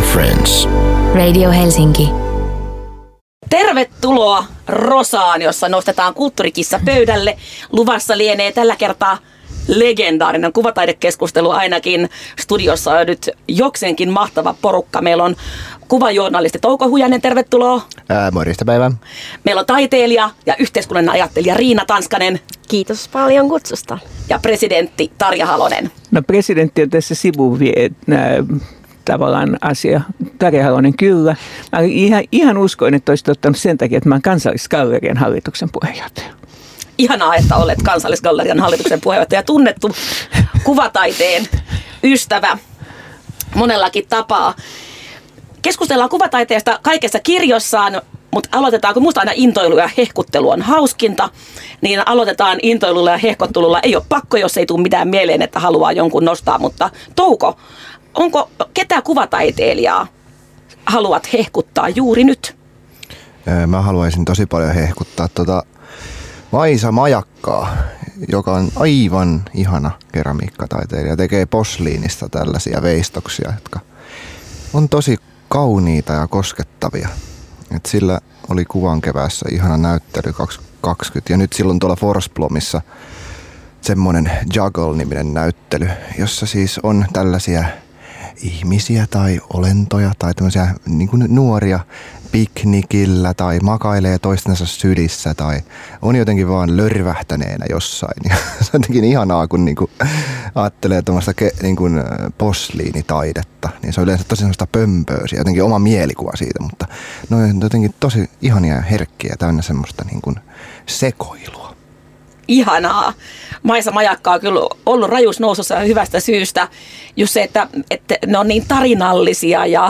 friends. Radio Helsinki. Tervetuloa Rosaan, jossa nostetaan kulttuurikissa pöydälle. Luvassa lienee tällä kertaa legendaarinen kuvataidekeskustelu ainakin. Studiossa on nyt jokseenkin mahtava porukka. Meillä on kuvajournalisti Touko Hujanen, tervetuloa. Morjesta päivää. Meillä on taiteilija ja yhteiskunnallinen ajattelija Riina Tanskanen. Kiitos paljon kutsusta. Ja presidentti Tarja Halonen. No presidentti on tässä sivuvie tavallaan asia. Tarja Halonen kyllä. Mä ihan uskoin, että olisit ottanut sen takia, että mä oon Kansallisgallerian hallituksen puheenjohtaja. Ihanaa, että olet Kansallisgallerian hallituksen puheenjohtaja, tunnettu kuvataiteen ystävä monellakin tapaa. Keskustellaan kuvataiteesta kaikessa kirjossaan, mutta aloitetaanko, musta aina intoilu ja hehkuttelu on hauskinta, niin aloitetaan intoilulla ja hehkuttelulla. Ei ole pakko, jos ei tule mitään mieleen, että haluaa jonkun nostaa, mutta Touko, onko ketä kuvataiteilijaa haluat hehkuttaa juuri nyt? Mä haluaisin tosi paljon hehkuttaa Maisa Majakkaa, joka on aivan ihana keramiikkataiteilija. Tekee posliinista tällaisia veistoksia, jotka on tosi kauniita ja koskettavia. Et sillä oli Kuvan keväässä ihana näyttely 2020 ja nyt silloin tuolla Forsblomissa semmoinen Juggle-niminen näyttely, jossa siis on tällaisia ihmisiä tai olentoja tai tämmöisiä niin kuin nuoria piknikillä tai makailee toistensa sylissä tai on jotenkin vaan lörvähtäneenä jossain. Ja se on jotenkin ihanaa, kun niinku ajattelee tuommoista niinku posliinitaidetta, niin se on yleensä tosi semmoista pömpöösiä, jotenkin oma mielikuva siitä, mutta ne on jotenkin tosi ihania ja herkkiä, täynnä semmoista niinku sekoilua. Ihanaa. Maisa Majakka on kyllä ollut rajuus nousussa ja hyvästä syystä. Just se, että ne on niin tarinallisia ja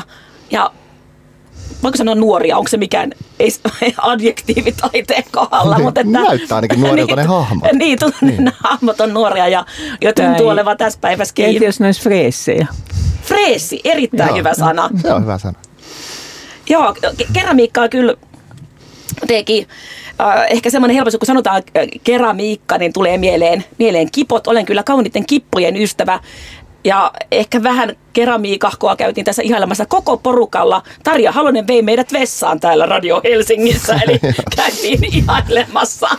voinko sanoa nuoria, onko se mikään adjektiivi taiteen kohdalla? Mutta että, näyttää ainakin nuorilta ne hahmot. Niin. Ne hahmot on nuoria ja tuntuu olevan tässä päivässäkin. Entä jos ne olisi freessejä? Freessi, erittäin hyvä sana. Se on hyvä sana. Joo, keramiikkaa kyllä teki. Ehkä semmoinen helposti, kun sanotaan keramiikka, niin tulee mieleen kipot. Olen kyllä kauniitten kippojen ystävä. Ja ehkä vähän keramiikahkoa käytiin tässä ihailemassa koko porukalla. Tarja Halonen vei meidät vessaan täällä Radio Helsingissä, eli käytiin ihailemassa.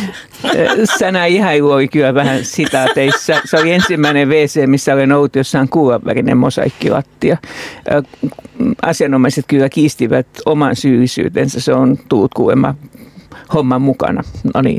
Sana ihailu oli kyllä vähän sitaateissa. Se oli ensimmäinen WC, missä olen ollut, jossa on kuulanvärinen mosaikkilattia. Asianomaiset kyllä kiistivät oman syyllisyytensä. Se on tullut kuulemma homman mukana. No niin.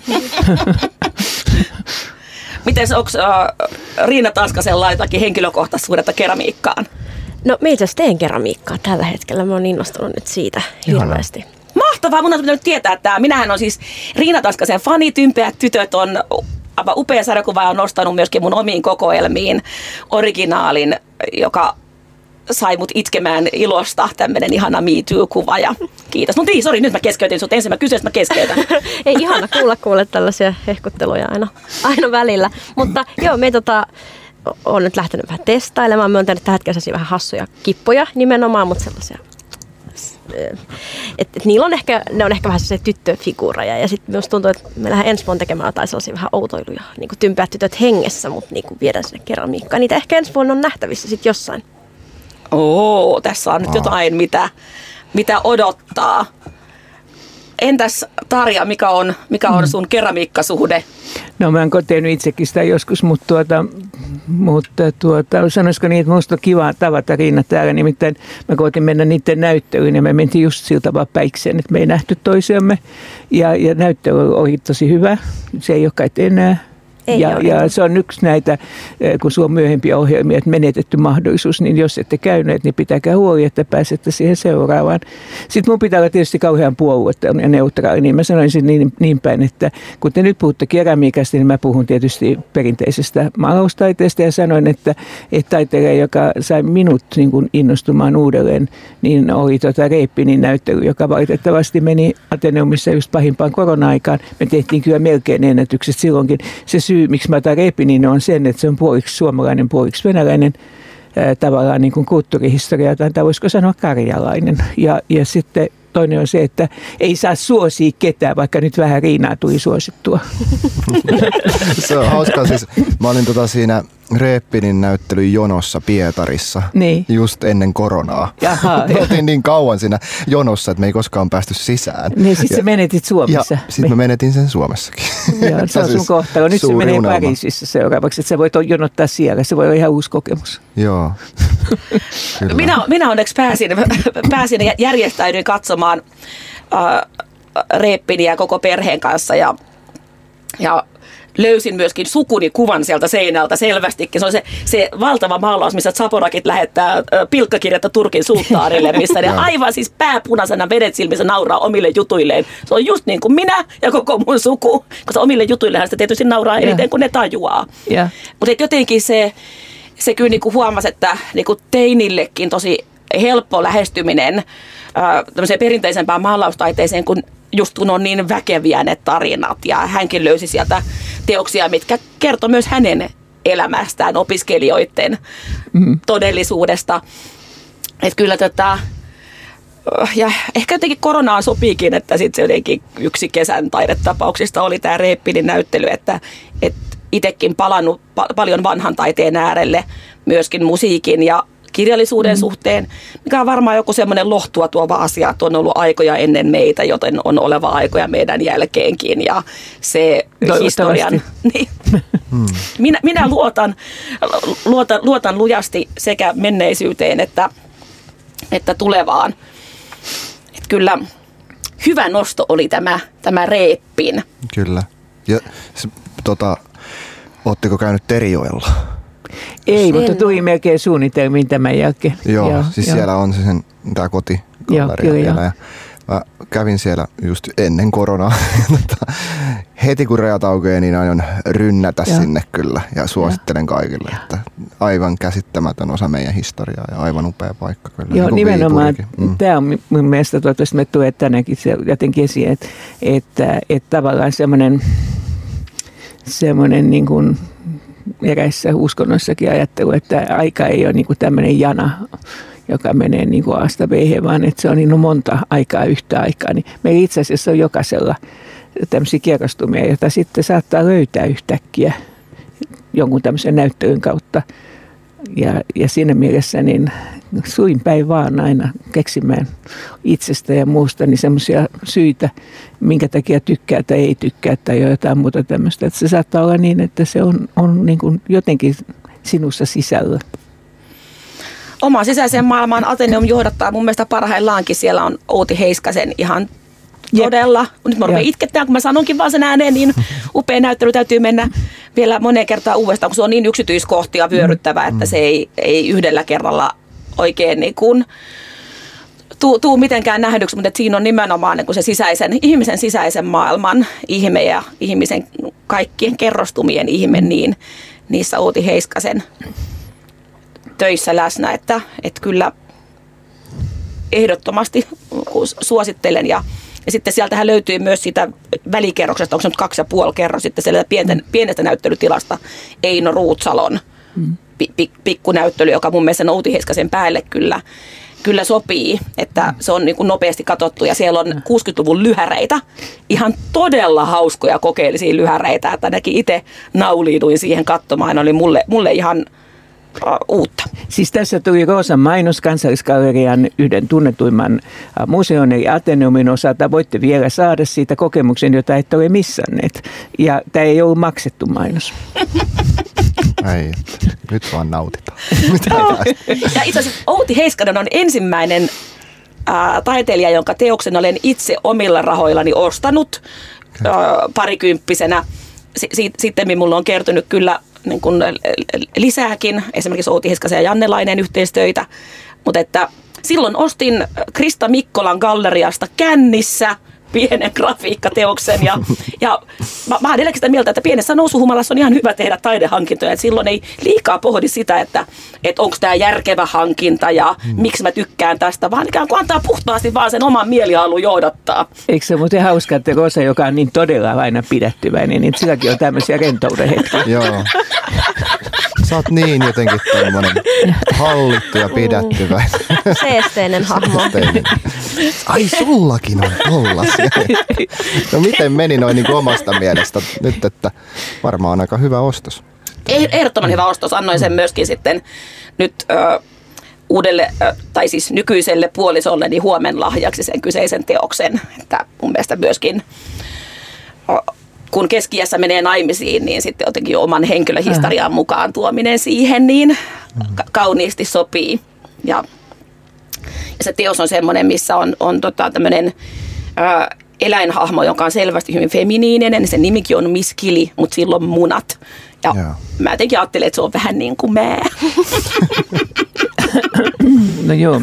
Miten onko Riina Tanskasella jotakin henkilökohtaisuudetta keramiikkaan? No mä itse asiassa teen keramiikkaa tällä hetkellä. Mä oon innostunut nyt siitä hirveästi. Mahtavaa, mun on pitänyt tietää, että minähän on siis Riina Tanskasen fani. Tympeät tytöt on aivan upea sarjakuva ja on nostanut myöskin mun omiin kokoelmiin originaalin, joka sai mut itkemään ilosta, tämmönen ihana Me Too-kuva ja kiitos. Mutta sori, nyt mä keskeytin sut ensin, mä kysyin, että mä keskeytän. Ei ihana kuulla tällaisia hehkutteluja aina välillä. Mutta joo, me on nyt lähtenyt vähän testailemaan. Me on tehnyt tällä hetkellä vähän hassuja kippoja nimenomaan, mutta sellaisia. Niillä ne on ehkä vähän sellaisia tyttöfiguureja ja sitten minusta tuntuu, että me lähdemme ensi vuonna tekemään jotain sellaisia vähän outoiluja, niin kuin Tympeät tytöt hengessä, mutta niin kuin viedään sinne keramiikkaan. Niitä ehkä ensi vuonna on nähtävissä sitten jossain. Tässä on nyt jotain, mitä odottaa. Entäs Tarja, mikä on sun keramiikkasuhde? No mä oon tehnyt itsekin sitä joskus, mutta sanoisiko niin, että minusta on kiva tavata Riina täällä. Nimittäin mä koitin mennä niiden näyttelyyn ja me mentiin just siltä vaan päikseen, että me ei nähty toisiamme. Ja näyttely oli tosi hyvä. Se ei ole kai enää. Ja se on yksi näitä, kun sulla on myöhempiä ohjelmia, että menetetty mahdollisuus, niin jos ette käyneet, niin pitäkää huoli, että pääsette siihen seuraavaan. Sitten mun pitää olla tietysti kauhean puoluetta ja neutraali, niin mä sanoisin niin päin, että kun te nyt puhutte keramiikasta, niin mä puhun tietysti perinteisestä maalaustaiteesta ja sanoin, että taiteilija, joka sai minut niin kuin innostumaan uudelleen, niin oli Reepinin näyttely, joka valitettavasti meni Ateneumissa just pahimpaan korona-aikaan. Me tehtiin kyllä melkein ennätykset silloinkin. Se syy, miksi mä otan Reepinin, on sen, että se on puoliksi suomalainen, puoliksi venäläinen tavallaan niin kuin kulttuurihistoria, tai voisiko sanoa karjalainen. Ja sitten toinen on se, että ei saa suosia ketään, vaikka nyt vähän Riinaa tuli suosittua. Se on hauskaa. Siis, mä olin siinä Reeppinin näyttelyn jonossa Pietarissa just ennen koronaa. Me oltiin niin kauan siinä jonossa, että me ei koskaan päästy sisään. Niin sit sä menetit Suomessa. Ja sit mä menetin sen Suomessakin. Joo, se on sun kohtalo. Nyt se menee Pariisissa seuraavaksi, että sä voit jonottaa siellä. Se voi olla ihan uusi kokemus. Joo. Minä onneksi pääsin ja järjestäydyin katsomaan Reeppiniä koko perheen kanssa ja löysin myöskin sukuni kuvan sieltä seinältä selvästikin. Se on se valtava maalaus, missä Zaporakit lähettää pilkkakirjettä Turkin sulttaanille, missä ne aivan siis pääpunaisena vedet silmissä nauraa omille jutuilleen. Se on just niin kuin minä ja koko mun suku, koska omille jutuillehän sitä tietysti nauraa eniten, kun ne tajuaa. Mutta jotenkin se kyllä niinku huomasi, että niinku teinillekin tosi helppo lähestyminen tämmöiseen perinteisempään maalaustaiteeseen, kun on niin väkeviä ne tarinat. Ja hänkin löysi sieltä teoksia, mitkä kertoi myös hänen elämästään, opiskelijoiden todellisuudesta. Että kyllä ja ehkä jotenkin koronaan sopiikin, että sitten se jotenkin yksi kesän taidetapauksista oli tämä Reeppinin näyttely, että itsekin palannut paljon vanhan taiteen äärelle, myöskin musiikin ja kirjallisuuden suhteen, mikä on varmaan joku semmoinen lohtua tuova asia, että on ollut aikoja ennen meitä, joten on oleva aikoja meidän jälkeenkin. Ja se historian... Niin. Minä luotan lujasti sekä menneisyyteen että tulevaan. Että kyllä hyvä nosto oli tämä Reeppin. Kyllä. Ja ootteko käynyt Terijoella? Ei, mutta tuli melkein suunnitelmiin tämän jälkeen. Joo, siis siellä on tämä kotigalleria vielä. Ja mä kävin siellä just ennen koronaa. Heti kun rajat aukeaa, niin aion rynnätä sinne kyllä. Ja suosittelen kaikille, että aivan käsittämätön osa meidän historiaa ja aivan upea paikka kyllä. Joo, nimenomaan. Tämä on mun mielestä toivottavasti me tulee tänäänkin jotenkin esiin, että tavallaan semmoinen niin kuin eräissä uskonnoissakin ajattelu, että aika ei ole niin kuin tämmöinen jana, joka menee niin kuin Asta B:hen, vaan että se on niin monta aikaa yhtä aikaa. Niin meillä itse asiassa on jokaisella tämmöisiä kierrostumia, joita sitten saattaa löytää yhtäkkiä jonkun tämmöisen näyttelyn kautta. Ja siinä mielessä niin suin päin vaan aina keksimään itsestä ja muusta niin semmoisia syitä, minkä takia tykkää tai ei tykkää tai jotain muuta tämmöistä. Että se saattaa olla niin, että se on niin kuin jotenkin sinussa sisällä. Oma sisäiseen maailmaan Ateneum johdattaa mun mielestä parhaillaankin. Siellä on Outi Heiskasen ihan todella. Nyt mä rupean itkettämään, kun mä sanonkin vaan sen ääneen, niin upea näyttely täytyy mennä vielä moneen kertaan uudestaan, kun se on niin yksityiskohtia vyöryttävä, että se ei yhdellä kerralla oikein niin kuin tuu mitenkään nähdyksi, mutta siinä on nimenomaan niin kuin se ihmisen sisäisen maailman ihme ja ihmisen kaikkien kerrostumien ihme, niin niissä Outi Heiskasen töissä läsnä, että kyllä ehdottomasti suosittelen ja sitten sieltähän löytyy myös sitä välikerroksesta, onko se nyt 2,5 kerros sitten sieltä pienestä näyttelytilasta Eino Ruutsalon pikkunäyttely, joka mun mielestä Outi Heiskasen päälle kyllä sopii, että se on niin kuin nopeasti katsottu ja siellä on 60-luvun lyhäreitä, ihan todella hauskoja kokeellisia lyhäreitä, että ainakin itse nauliiduin siihen katsomaan, oli mulle ihan uutta. Siis tässä tuli Roosan mainos Kansallisgallerian yhden tunnetuimman museon eli Ateneumin osalta. Voitte vielä saada siitä kokemuksen, jota ette ole missanneet. Ja tämä ei ollut maksettu mainos. Ei, nyt vaan nautitaan. Ja itse asiassa Outi Heiskanen on ensimmäinen taiteilija, jonka teoksen olen itse omilla rahoillani ostanut parikymppisenä. Sitten minulla on kertynyt kyllä niin kuin lisääkin, esimerkiksi Outi Heiskasen ja Jannelainen yhteistöitä, mutta että silloin ostin Krista Mikkolan galleriasta kännissä pienen grafiikkateoksen ja mä olen edelleen sitä mieltä, että pienessä nousuhumalassa on ihan hyvä tehdä taidehankintoja, että silloin ei liikaa pohdi sitä, että onko tämä järkevä hankinta ja miksi mä tykkään tästä, vaan ikään kuin antaa puhtaasti vaan sen oman mielihalun johdattaa. Eikö se muuten hauska, että Rosa, joka on niin todella aina pidättyväinen, niin silläkin on tämmöisiä rentouden hetkiä. Joo. Sä oot niin jotenkin tämmöinen hallittu ja pidättyväinen. Seesteinen hahmo. Ai sullakin on tollasia. No miten meni noin niin kuin omasta mielestä nyt, että varmaan aika hyvä ostos. Ehdottoman hyvä ostos. Annoin sen myöskin sitten nyt uudelle, tai siis nykyiselle puolisolleni huomen lahjaksi sen kyseisen teoksen. Että mun mielestä myöskin, kun keski-iässä menee naimisiin, niin sitten jotenkin oman henkilöhistorian mukaan tuominen siihen niin kauniisti sopii. Ja se teos on semmoinen, missä on tämmöinen eläinhahmo, joka on selvästi hyvin feminiininen. Sen nimikin on Miss Kili, mutta sillä on munat. Ja mä jotenkin ajattelin, että se on vähän niin kuin mä. No joo.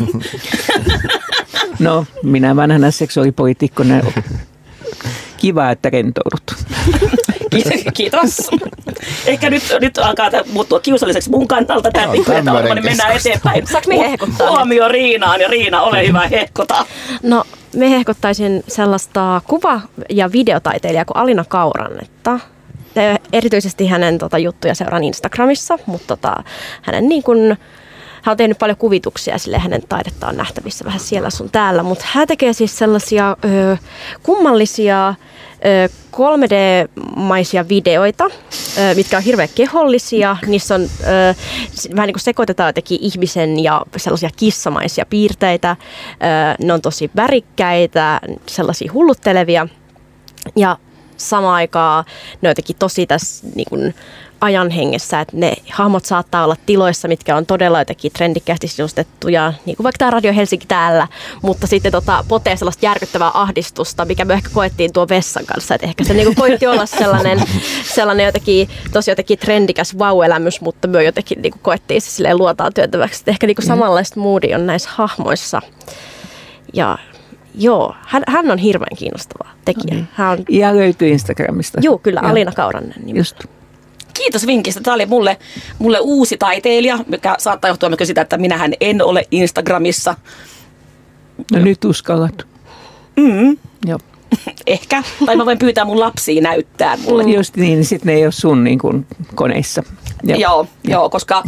No, minä vanhana seksuaalipoliitikkona. Kiva, että rentoudut. Kiitos. Ehkä nyt alkaa muuttua kiusalliseksi mun kannalta tämä pikkuinen, niin mennään eteenpäin. Saanko me hehkuttaa? Huomio Riinaan, ja Riina, ole hyvä, hehkota. No, me hehkuttaisin sellaista kuva- ja videotaiteilijaa kuin Alina Kaurannetta. Erityisesti hänen juttuja seuraan Instagramissa, mutta hänen niin kuin, hän on tehnyt paljon kuvituksia, sille hänen taidetta on nähtävissä vähän siellä sun täällä, mutta hän tekee siis sellaisia kummallisia 3D-maisia videoita, mitkä on hirveän kehollisia. Niissä on vähän niin kuin sekoitetaan jotenkin ihmisen ja sellaisia kissamaisia piirteitä. Ne on tosi värikkäitä, sellaisia hulluttelevia ja samaan aikaan ne on jotenkin tosi tässä niin kuin ajan hengessä, että ne hahmot saattaa olla tiloissa, mitkä on todella jotenkin trendikkäästi sisustettuja, niin kuin vaikka tämä Radio Helsinki täällä, mutta sitten potee sellaista järkyttävää ahdistusta, mikä me ehkä koettiin tuon vessan kanssa, että ehkä se niin kuin koitti olla sellainen jotenkin trendikäs vau-elämys, mutta me jotenkin niin kuin koettiin se silleen luotaan työntäväksi, että ehkä niin kuin samanlaista moodia on näissä hahmoissa. Ja joo, hän on hirveän kiinnostava tekijä. Okay. Ja löytyy Instagramista. Joo, kyllä, Alina Kauranen. Just. Kiitos vinkistä. Tämä oli mulle uusi taiteilija, mikä saattaa johtua myös sitä, että minähän en ole Instagramissa. No nyt uskallat. Joo. Ehkä. Tai mä voin pyytää mun lapsia näyttää mulle. Just niin, sitten ne ei ole sun niin kuin koneissa. Joo, koska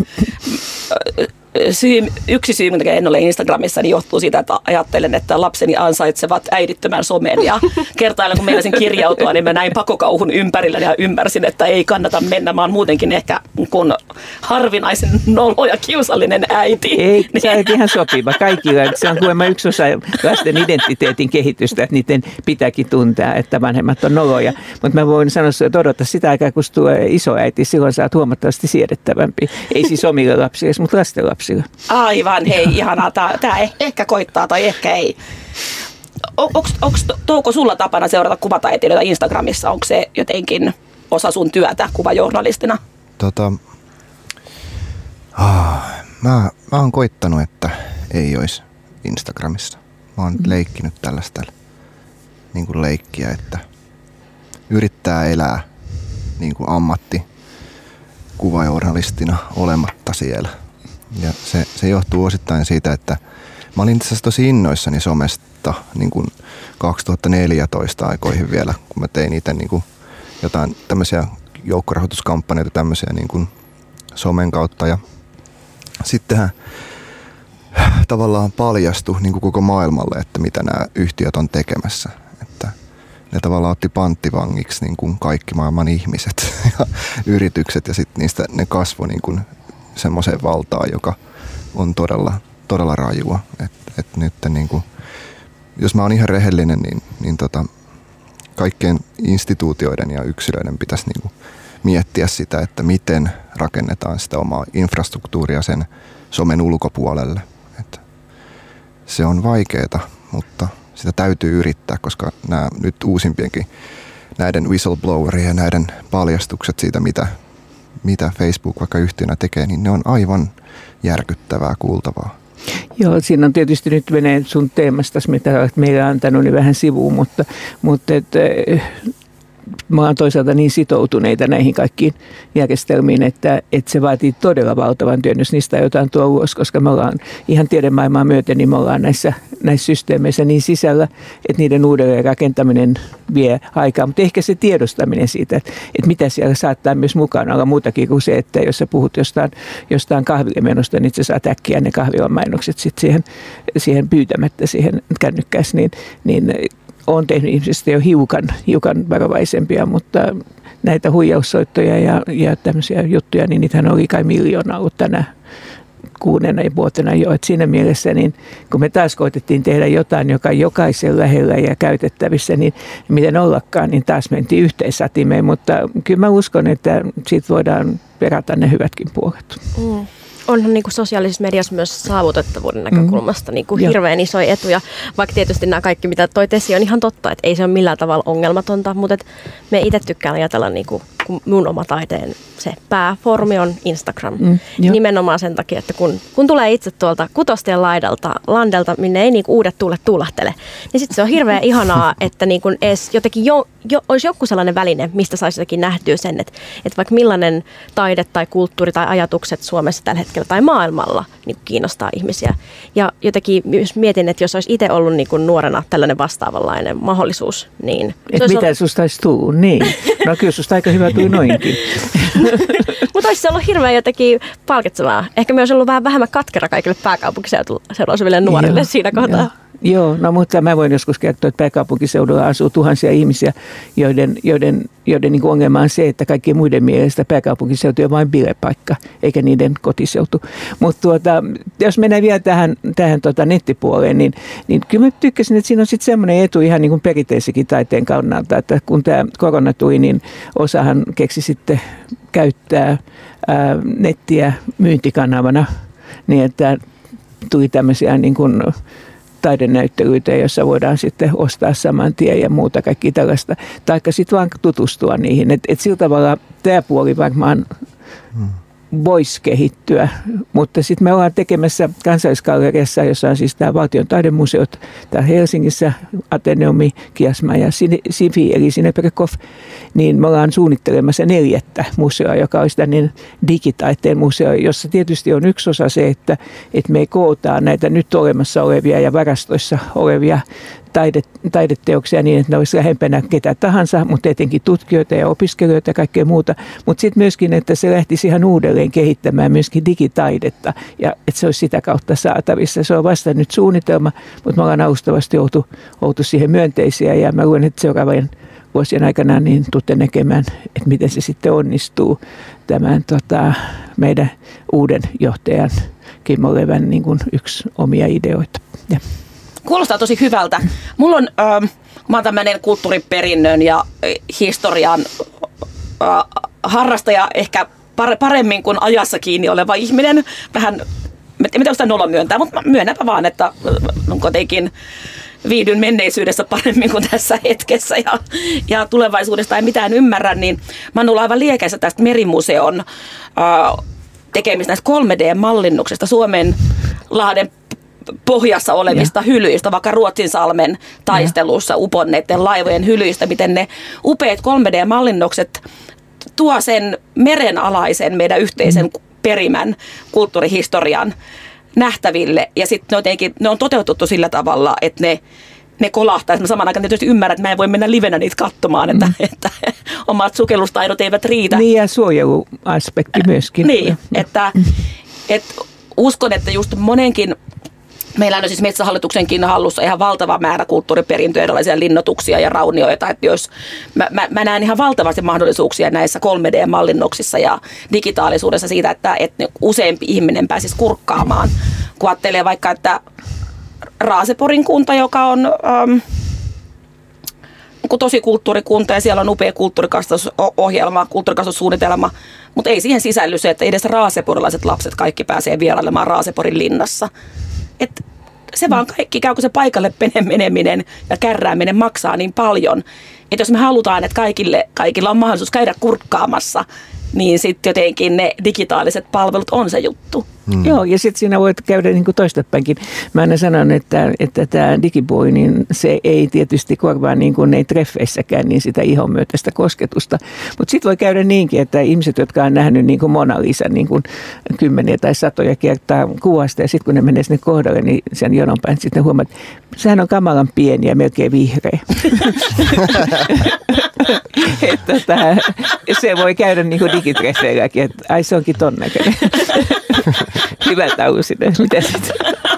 yksi syy, minkä en ole Instagramissa, niin johtuu siitä, että ajattelen, että lapseni ansaitsevat äidittömän somen. Ja kertaalleen, kun meinasin kirjautua, niin mä näin pakokauhun ympärillä ja ymmärsin, että ei kannata mennä. Mä oon muutenkin ehkä kun harvinaisen nolo ja kiusallinen äiti. Ei, se on ihan sopiva kaikille. Se on kuulemma yksi osa lasten identiteetin kehitystä, että niiden pitääkin tuntea, että vanhemmat on noloja. Mutta mä voin sanoa, että odota sitä aikaa, kun tulee isoäiti, silloin sä oot huomattavasti siedettävämpi. Ei siis omille lapsille, mutta lasten lapsille. Aivan, hei, ihanaa. Tämä ehkä koittaa tai ehkä ei. Onko Touko sulla tapana seurata kuvataiteilijoita Instagramissa? Onko se jotenkin osa sun työtä kuvajournalistina? Mä oon koittanut, että ei olisi Instagramissa. Mä oon leikkinyt tällaista niin kuin leikkiä, että yrittää elää niin kuin ammattikuvajournalistina olematta siellä. Ja se johtuu osittain siitä, että mä olin itse asiassa tosi innoissani somesta niin kuin 2014 aikoihin vielä, kun mä tein itse niin kuin jotain tämmöisiä joukkorahoituskampanjoita tämmöisiä niin kuin somen kautta. Ja sittenhän tavallaan paljastui niin kuin koko maailmalle, että mitä nämä yhtiöt on tekemässä. Että ne tavallaan otti panttivangiksi niin kuin kaikki maailman ihmiset ja yritykset ja sitten niistä ne kasvoi niin kuin semmoiseen valtaan, joka on todella rajua. Et nyt niin kuin, jos mä oon ihan rehellinen, niin kaikkien instituutioiden ja yksilöiden pitäisi niin kuin miettiä sitä, että miten rakennetaan sitä omaa infrastruktuuria sen somen ulkopuolelle. Et se on vaikeaa, mutta sitä täytyy yrittää, koska nämä nyt uusimpienkin näiden whistleblowerien ja näiden paljastukset siitä, mitä Facebook vaikka yhtiönä tekee, niin ne on aivan järkyttävää kuultavaa. Joo, siinä on tietysti nyt menee sun teemasta, mitä olet meille antanut, niin vähän sivuun, mutta me ollaan toisaalta niin sitoutuneita näihin kaikkiin järjestelmiin, että se vaatii todella valtavan työn, jos niistä jotain tuo ulos, koska me ollaan ihan tiedemaailmaa myöten, niin me ollaan näissä systeemeissä niin sisällä, että niiden uudelleen rakentaminen vie aikaa. Mutta ehkä se tiedostaminen siitä, että mitä siellä saattaa myös mukana olla muutakin kuin se, että jos sä puhut jostain kahville menosta, niin sä saat äkkiä ne kahvilan mainokset sitten siihen pyytämättä siihen kännykkäässä, niin olen tehnyt ihmisistä jo hiukan varovaisempia, mutta näitä huijaussoittoja ja tämmöisiä juttuja, niin niitähän oli kai 1 miljoona ollut tänä 6 vuotena jo. Et siinä mielessä, niin kun me taas koitettiin tehdä jotain, joka on jokaisen lähellä ja käytettävissä, niin miten ollakaan, niin taas mentiin yhteissatimeen. Mutta kyllä mä uskon, että siitä voidaan perata ne hyvätkin puolet. Onhan niin kuin sosiaalisessa mediassa myös saavutettavuuden näkökulmasta niin kuin hirveän isoja etuja, vaikka tietysti nämä kaikki, mitä toit esiin, on ihan totta, että ei se ole millään tavalla ongelmatonta, mutta me itse tykkään ajatella, niin kuin, kun mun oma taiteen se pääfoorumi on Instagram. Nimenomaan sen takia, että kun tulee itse tuolta Kutostien landelta, minne ei niin kuin uudet tuulet tuulahtele, niin sitten se on hirveän ihanaa, että niin kuin edes jotenkin olisi joku sellainen väline, mistä saisi jotenkin nähtyä sen, että vaikka millainen taide tai kulttuuri tai ajatukset Suomessa tällä hetkellä tai maailmalla niin kuin kiinnostaa ihmisiä. Ja jotenkin myös mietin, että jos olisi itse ollut niin kuin nuorena tällainen vastaavanlainen mahdollisuus, niin... Että mitä susta olisi tullut, niin. No kyllä susta aika hyvä tuli noinkin. Mutta olisi se ollut hirveän jotenkin palkitsevaa. Ehkä myös ollut vähän vähemmän katkera kaikille pääkaupunkiseudulla asuville nuorille siinä kohtaa. Joo, no mutta mä voin joskus kertoa, että pääkaupunkiseudulla asuu tuhansia ihmisiä, joiden niin kuin ongelma on se, että kaikkien muiden mielestä pääkaupunkiseutu on vain bilepaikka, eikä niiden kotiseutu. Mutta jos mennään vielä tähän nettipuoleen, niin kyllä mä tykkäsin, että siinä on sitten semmoinen etu ihan niin kuin perinteisikin taiteen kannalta, että kun tämä korona tuli, niin osahan keksi sitten käyttää nettiä myyntikanavana, niin että tuli tämmöisiä niin kuin taidenäyttelyitä, joissa voidaan sitten ostaa saman tien ja muuta kaikki tällaista. Taikka sitten vaan tutustua niihin. Et sillä tavalla tämä puoli varmaan voisi kehittyä, mutta sitten me ollaan tekemässä Kansallisgalleriassa, jossa on siis tämä Valtion taidemuseot, täällä Helsingissä, Ateneumi, Kiasma ja Sifi, eli Sinebrekov, niin me ollaan suunnittelemassa 4. museoa, joka olisi tämmöinen digitaiteen museo, jossa tietysti on yksi osa se, että me kootaan näitä nyt olemassa olevia ja varastoissa olevia taideteoksia niin, että ne olisi lähempänä ketä tahansa, mutta etenkin tutkijoita ja opiskelijoita ja kaikkea muuta. Mutta sitten myöskin, että se lähtisi ihan uudelleen kehittämään myöskin digitaidetta ja että se olisi sitä kautta saatavissa. Se on vasta nyt suunnitelma, mutta me ollaan alustavasti oltu siihen myönteisiä ja mä luulen, että seuraavien vuosien aikana niin tuutte näkemään, että miten se sitten onnistuu tämän meidän uuden johtajan Kimmo Levän niin kuin yksi omia ideoita. Ja. Kuulostaa tosi hyvältä. Mulla on, mä oon tämmöinen kulttuuriperinnön ja historian harrastaja ehkä paremmin kuin ajassa kiinni oleva ihminen. Vähän, en tiedä, onko sitä nolo myöntää, mutta myönnäpä vaan, että on kuitenkin viihdyn menneisyydessä paremmin kuin tässä hetkessä ja tulevaisuudesta ei mitään ymmärrä, niin mä oon ollut aivan liekeessä tästä Merimuseon tekemistä näistä 3D-mallinnuksesta Suomenlahden pohjassa olevista hylyistä, vaikka Ruotsinsalmen taistelussa uponneiden laivojen hylyistä, miten ne upeat 3D-mallinnokset tuo sen merenalaisen meidän yhteisen perimän kulttuurihistorian nähtäville. Ja sitten ne on toteutettu sillä tavalla, että ne kolahtaa. Mä saman aikaan tietysti ymmärrän, että mä en voi mennä livenä niitä katsomaan, että omat sukellustaidot eivät riitä. Niin ja suojeluaspekti myöskin. Niin, että uskon, että just monenkin meillä on siis Metsähallituksenkin hallussa ihan valtava määrä kulttuuriperintöjä, erilaisia linnoituksia ja raunioita. Että jos mä näen ihan valtavasti mahdollisuuksia näissä 3D-mallinnoksissa ja digitaalisuudessa siitä, että useampi ihminen pääsisi kurkkaamaan. Kun ajattelee vaikka, että Raaseporin kunta, joka on tosi kulttuurikunta ja siellä on upea kulttuurikasvatusohjelma, kulttuurikasvatussuunnitelma, mutta ei siihen sisälly se, että edes raaseporilaiset lapset kaikki pääsee vierailemaan Raaseporin linnassa. Että se vaan kaikki käy, kun se paikalle meneminen ja kärrääminen maksaa niin paljon, että jos me halutaan, että kaikilla on mahdollisuus käydä kurkkaamassa niin sitten jotenkin ne digitaaliset palvelut on se juttu. Joo, ja sitten siinä voit käydä niin kuin toistepäinkin. Mä aina sanon, että tämä digiboy, niin se ei tietysti korvaa niin kuin ei treffeissäkään niin sitä ihon myötäistä kosketusta. Mutta sitten voi käydä niinkin, että ihmiset, jotka on nähnyt niin kuin Mona Lisan niin kuin 10 tai 100 kertaa kuvasta, ja sitten kun ne menee sinne kohdalle, niin sen jonon päin sitten huomaat, että sehän on kamalan pieni ja melkein vihreä. Että se voi käydä niin kuin digitreffeilläkin, että ai se onkin ton näköinen. Hyvältä uusinen. Mitä sitten?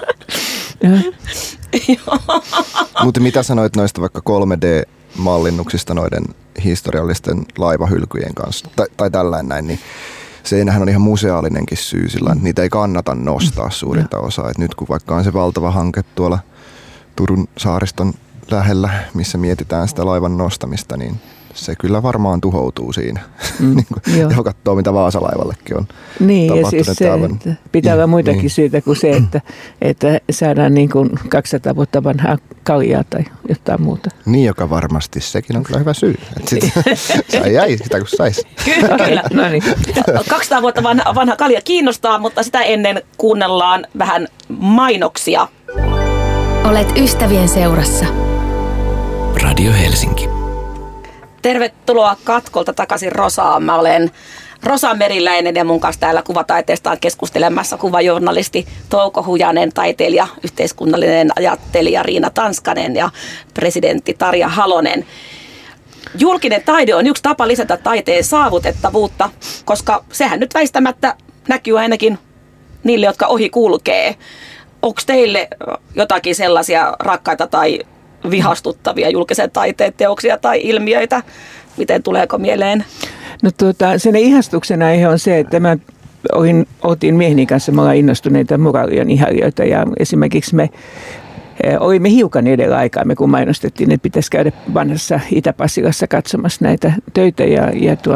Mutta mitä sanoit noista vaikka 3D-mallinnuksista noiden historiallisten laivahylkyjen kanssa, tai tällainen näin, niin seinähän on ihan museaalinenkin syy sillä, että niitä ei kannata nostaa suurinta osaa. Et nyt kun vaikka on se valtava hanke tuolla Turun saariston lähellä, missä mietitään sitä laivan nostamista, niin se kyllä varmaan tuhoutuu siinä. Ja katsoo, mitä Vaasalaivallekin on niin, ja siis se, pitää olla muitakin syitä kuin se, että saadaan niin kuin 200 vuotta vanhaa kaljaa tai jotain muuta. Niin, joka varmasti sekin on kyllä hyvä syy. Sai jäi sitä, kun sais. Kyllä. No niin. 200 vuotta vanha kalja kiinnostaa, mutta sitä ennen kuunnellaan vähän mainoksia. Olet ystävien seurassa. Radio Helsinki. Tervetuloa Katkolta takaisin Rosaan. Mä olen Rosa Meriläinen ja mun kanssa täällä kuvataiteesta on keskustelemassa kuvajournalisti Touko Hujanen, taiteilija, yhteiskunnallinen ajattelija Riina Tanskanen ja presidentti Tarja Halonen. Julkinen taide on yksi tapa lisätä taiteen saavutettavuutta, koska sehän nyt väistämättä näkyy ainakin niille, jotka ohi kulkee. Onko teille jotakin sellaisia rakkaita tai vihastuttavia julkisen taiteen teoksia tai ilmiöitä? Miten tuleeko mieleen? No sen ihastuksen aihe on se, että mä oltiin mieheni kanssa, me ollaan innostuneita muraalien ihailijoita ja esimerkiksi me olimme hiukan edellä aikaamme, kun mainostettiin, että pitäisi käydä vanhassa Itä-Passilassa katsomassa näitä töitä. Ja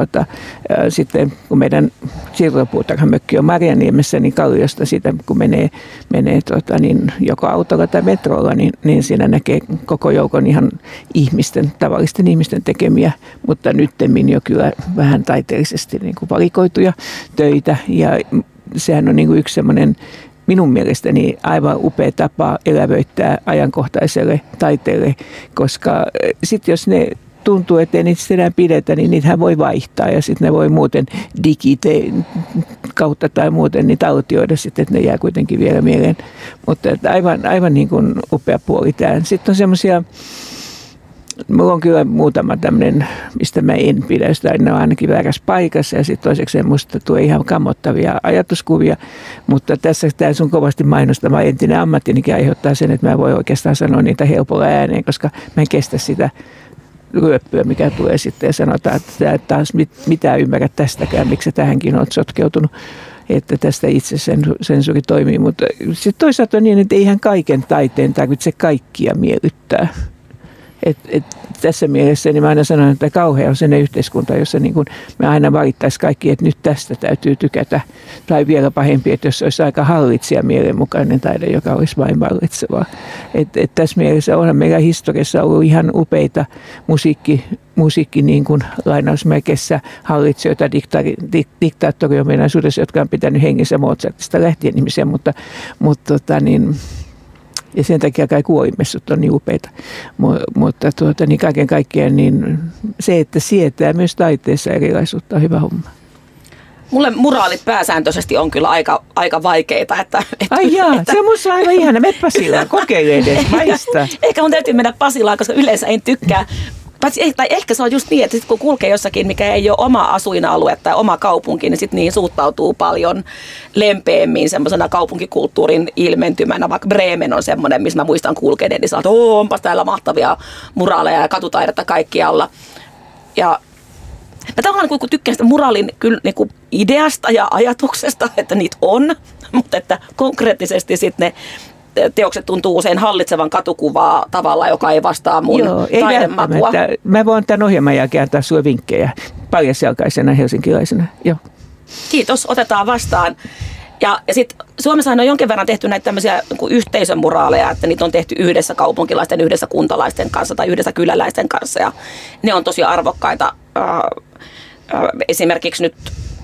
sitten kun meidän siirtopuutarhamökki on Marjaniemessä, niin Kalliosta siitä, kun menee niin joko autolla tai metrolla, niin siinä näkee koko joukon ihan tavallisten ihmisten tekemiä, mutta nyttemmin jo kyllä vähän taiteellisesti niin kuin valikoituja töitä. Ja sehän on niin kuin yksi semmoinen minun mielestäni aivan upea tapa elävöittää ajankohtaiselle taiteelle, koska sitten jos ne tuntuu, ettei niitä enää pidetä, niin niitähän voi vaihtaa ja sitten ne voi muuten kautta tai muuten niin taltioida sitten, että ne jää kuitenkin vielä mieleen. Mutta aivan niin kuin upea puoli tämä. Sitten on semmoisia, mulla on kyllä muutama tämmöinen, mistä mä en pidä, josta ne on ainakin väärässä paikassa ja sitten toiseksi musta tulee ihan kammottavia ajatuskuvia, mutta tässä tämä sun kovasti mainostama entinen ammattinikin aiheuttaa sen, että mä voi oikeastaan sanoa niitä helpolla ääneen, koska mä en kestä sitä ryöppyä, mikä tulee sitten ja sanotaan, että taas mitään ymmärrä tästäkään, miksi sä tähänkin oot sotkeutunut, että tästä itse sensuuri toimii, mutta sitten toisaalta on niin, että eihän kaiken taiteen tarvitse kaikkia miellyttää. Tässä mielessä niin mä aina sanon, että kauhea on sellainen yhteiskunta, jossa niin kuin me aina valittaisiin kaikki, että nyt tästä täytyy tykätä. Tai vielä pahempi, että jos olisi aika hallitsija mielenmukainen taide, joka olisi vain vallitsevaa. Tässä mielessä onhan meillä historiassa ollut ihan upeita musiikki niin kuin lainausmerkeissä hallitsijoita diktaattoriominaisuudessa, jotka on pitänyt hengissä Mozartista lähtien ihmisiä, mutta ja sen takia kai kuolimessut on niin upeita. Mutta niin kaiken kaikkiaan niin se, että sietää myös taiteessa erilaisuutta on hyvä homma. Mulle muraalit pääsääntöisesti on kyllä aika vaikeita. Ai jaa, se on musta aivan ihana. Mene Pasilaan, kokeile edes, maista. Ehkä mun täytyy mennä Pasilaan, koska yleensä en tykkää. Tai ehkä se on just niin, että sit kun kulkee jossakin, mikä ei ole oma asuinalue tai oma kaupunki, niin sitten niihin suhtautuu paljon lempeämmin semmoisena kaupunkikulttuurin ilmentymänä. Vaikka Bremen on semmoinen, missä mä muistan kulkeneeni, niin että onpas täällä mahtavia muraaleja ja katutaidetta kaikkialla. Ja mä tavallaan kun tykkään sitä muraalin kyllä niin kuin ideasta ja ajatuksesta, että niitä on, mutta että konkreettisesti sitten ne teokset tuntuu usein hallitsevan katukuvaa tavalla, joka ei vastaa mun taidemakua. Mä voin tämän ohjelman jälkeen antaa sulle vinkkejä paljasjalkaisena helsinkiläisenä. Joo. Kiitos, otetaan vastaan. Ja sitten Suomessa on jonkin verran tehty näitä tämmöisiä yhteisömuraaleja, että niitä on tehty yhdessä kaupunkilaisten, yhdessä kuntalaisten kanssa tai yhdessä kyläläisten kanssa. Ja ne on tosi arvokkaita. Esimerkiksi nyt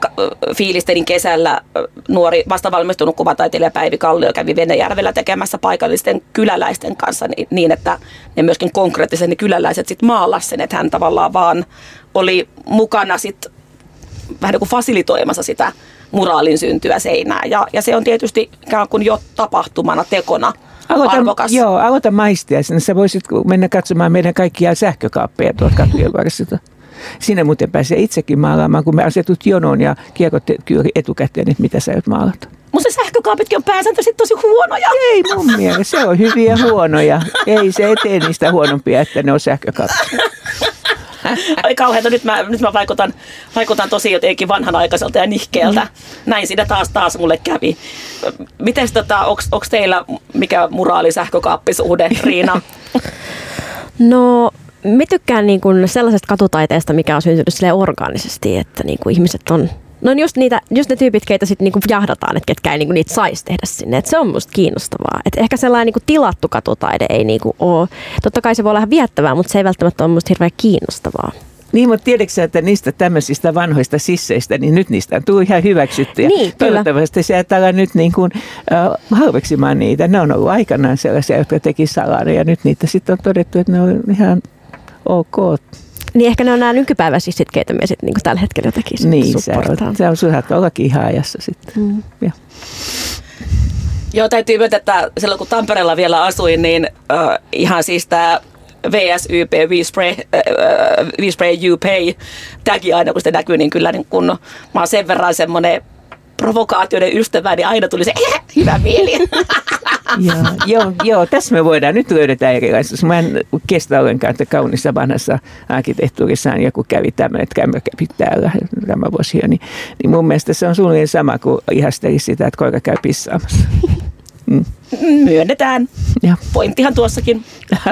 fiilistelin kesällä nuori vastavalmistunut kuvataiteilija Päivi Kallio kävi Venäjärvellä tekemässä paikallisten kyläläisten kanssa niin, että ne myöskin konkreettisesti ne kyläläiset sitten maalasi sen, että hän tavallaan vaan oli mukana sitten vähän niin kuin fasilitoimassa sitä muraalin syntyä seinään. Ja se on tietysti ikään kuin jo tapahtumana, tekona arvokas. Joo, aloita maistia sinne. Sä voisit mennä katsomaan meidän kaikkia sähkökaappeja tuolta katujen varsilla. Sinne muuten pääsee itsekin maalaamaan, kun me asetut jonoon ja kiekot etukäteen, että mitä sä oot maalata. Mutta se sähkökaapitkin on pääsääntöisesti tosi huonoja. Ei mun mielestä, se on hyviä huonoja. Ei se etee niistä huonompia, että ne on sähkökaappeja. Oli kauheata, nyt mä vaikutan tosi jotenkin vanhanaikaiselta ja nihkeältä. Näin siinä taas mulle kävi. Mites onko teillä mikä muraali sähkökaappisuhde, Riina? No, mä tykkään niin kuin sellaisesta katutaiteesta, mikä on syntynyt silleen orgaanisesti, että niin kuin ihmiset on... No just ne tyypit, keitä sitten niinku jahdataan, että ketkä ei niinku niitä saisi tehdä sinne. Et se on musta kiinnostavaa. Et ehkä sellainen niinku tilattu katutaide ei niinku ole. Totta kai se voi olla ihan viettävää, mutta se ei välttämättä ole musta hirveän kiinnostavaa. Niin, mutta tiedätkö sä, että niistä tämmöisistä vanhoista sisseistä, niin nyt niistä on tullut ihan hyväksyttyjä. Niin, toivottavasti sä et ala nyt niin kuin halveksimaan niitä. Ne on ollut aikanaan sellaisia, jotka teki salaria, ja nyt niitä sitten on todettu, että ne on ihan ok. Niin ehkä ne on nämä nykypäiväisiä sit, keitä me sitten niinku tällä hetkellä jotenkin niin, supportaan. Se on saattaa ollakin ihan ajassa sitten. Joo, täytyy myöntää, että silloin kun Tampereella vielä asuin, niin ihan siis tämä VSYP, We Spray You Pay tagi aina kun se näkyy, niin kyllä niin kun mä oon sen verran semmoinen provokaatioiden ystävä, niin aina tuli se hyvä mieli. Joo, tässä me voidaan. Nyt löydetään erilaisuus. Mä en kestä ollenkaan, että kaunissa vanhassa arkkitehtuurissaan joku kävi tämmöinen, että kämmö kävi täällä tämä vuosi jo. Niin mun mielestä se on suunnilleen sama kuin ihastelisi sitä, että koira käy pissaamassa. Myönnetään. Ja. Pointtihan tuossakin.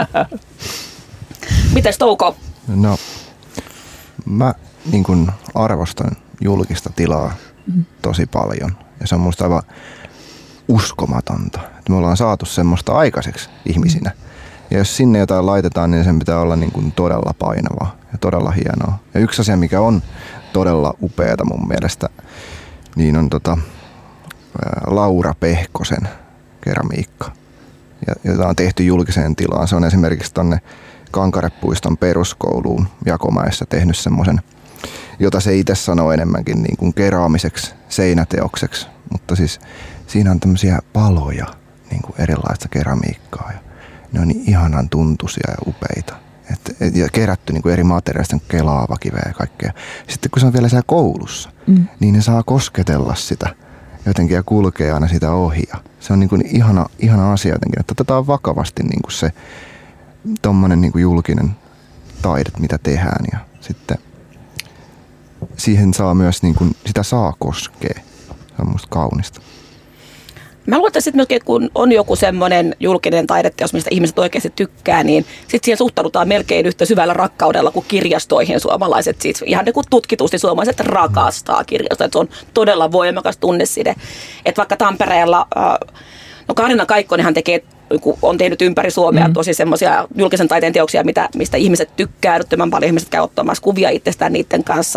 Mites Touko? No, mä niin kun arvostan julkista tilaa tosi paljon. Ja se on musta aivan uskomatonta, että me ollaan saatu semmoista aikaiseksi ihmisinä. Ja jos sinne jotain laitetaan, niin sen pitää olla niin kuin todella painavaa ja todella hienoa. Ja yksi asia, mikä on todella upeata mun mielestä, niin on Laura Pehkosen keramiikka, jota on tehty julkiseen tilaan. Se on esimerkiksi tonne Kankarepuiston peruskouluun Jakomäessä tehnyt semmoisen, jota se itse sanoo enemmänkin niin kuin keraamiseksi seinäteokseksi, mutta siis siinä on tämmöisiä paloja, niin kuin erilaista keramiikkaa ja ne on niin ihanan tuntuisia ja upeita. Ja kerätty niin kuin eri materiaalista, kelaavakiveä ja kaikkea. Sitten kun se on vielä siellä koulussa, niin ne saa kosketella sitä jotenkin ja kulkee aina sitä ohi. Se on niin kuin ihana asia jotenkin, että otetaan vakavasti niin kuin se tommonen niin kuin julkinen taide, mitä tehdään ja sitten siihen saa myös, niin kuin, sitä saa koskea. Se on musta kaunista. Mä luulen, että sitten myöskin, kun on joku semmoinen julkinen taideteos, mistä ihmiset oikeasti tykkää, niin sitten siihen suhtaudutaan melkein yhtä syvällä rakkaudella kuin kirjastoihin suomalaiset. Siis ihan niin kuin tutkitusti suomalaiset rakastaa kirjastoja. Se on todella voimakas tunneside. Että vaikka Tampereella, Kaarina Kaikkonenhan on tehnyt ympäri Suomea tosi semmoisia julkisen taiteen teoksia, mistä ihmiset tykkää. Älyttömän paljon ihmiset käy ottamassa kuvia itsestään niiden kanssa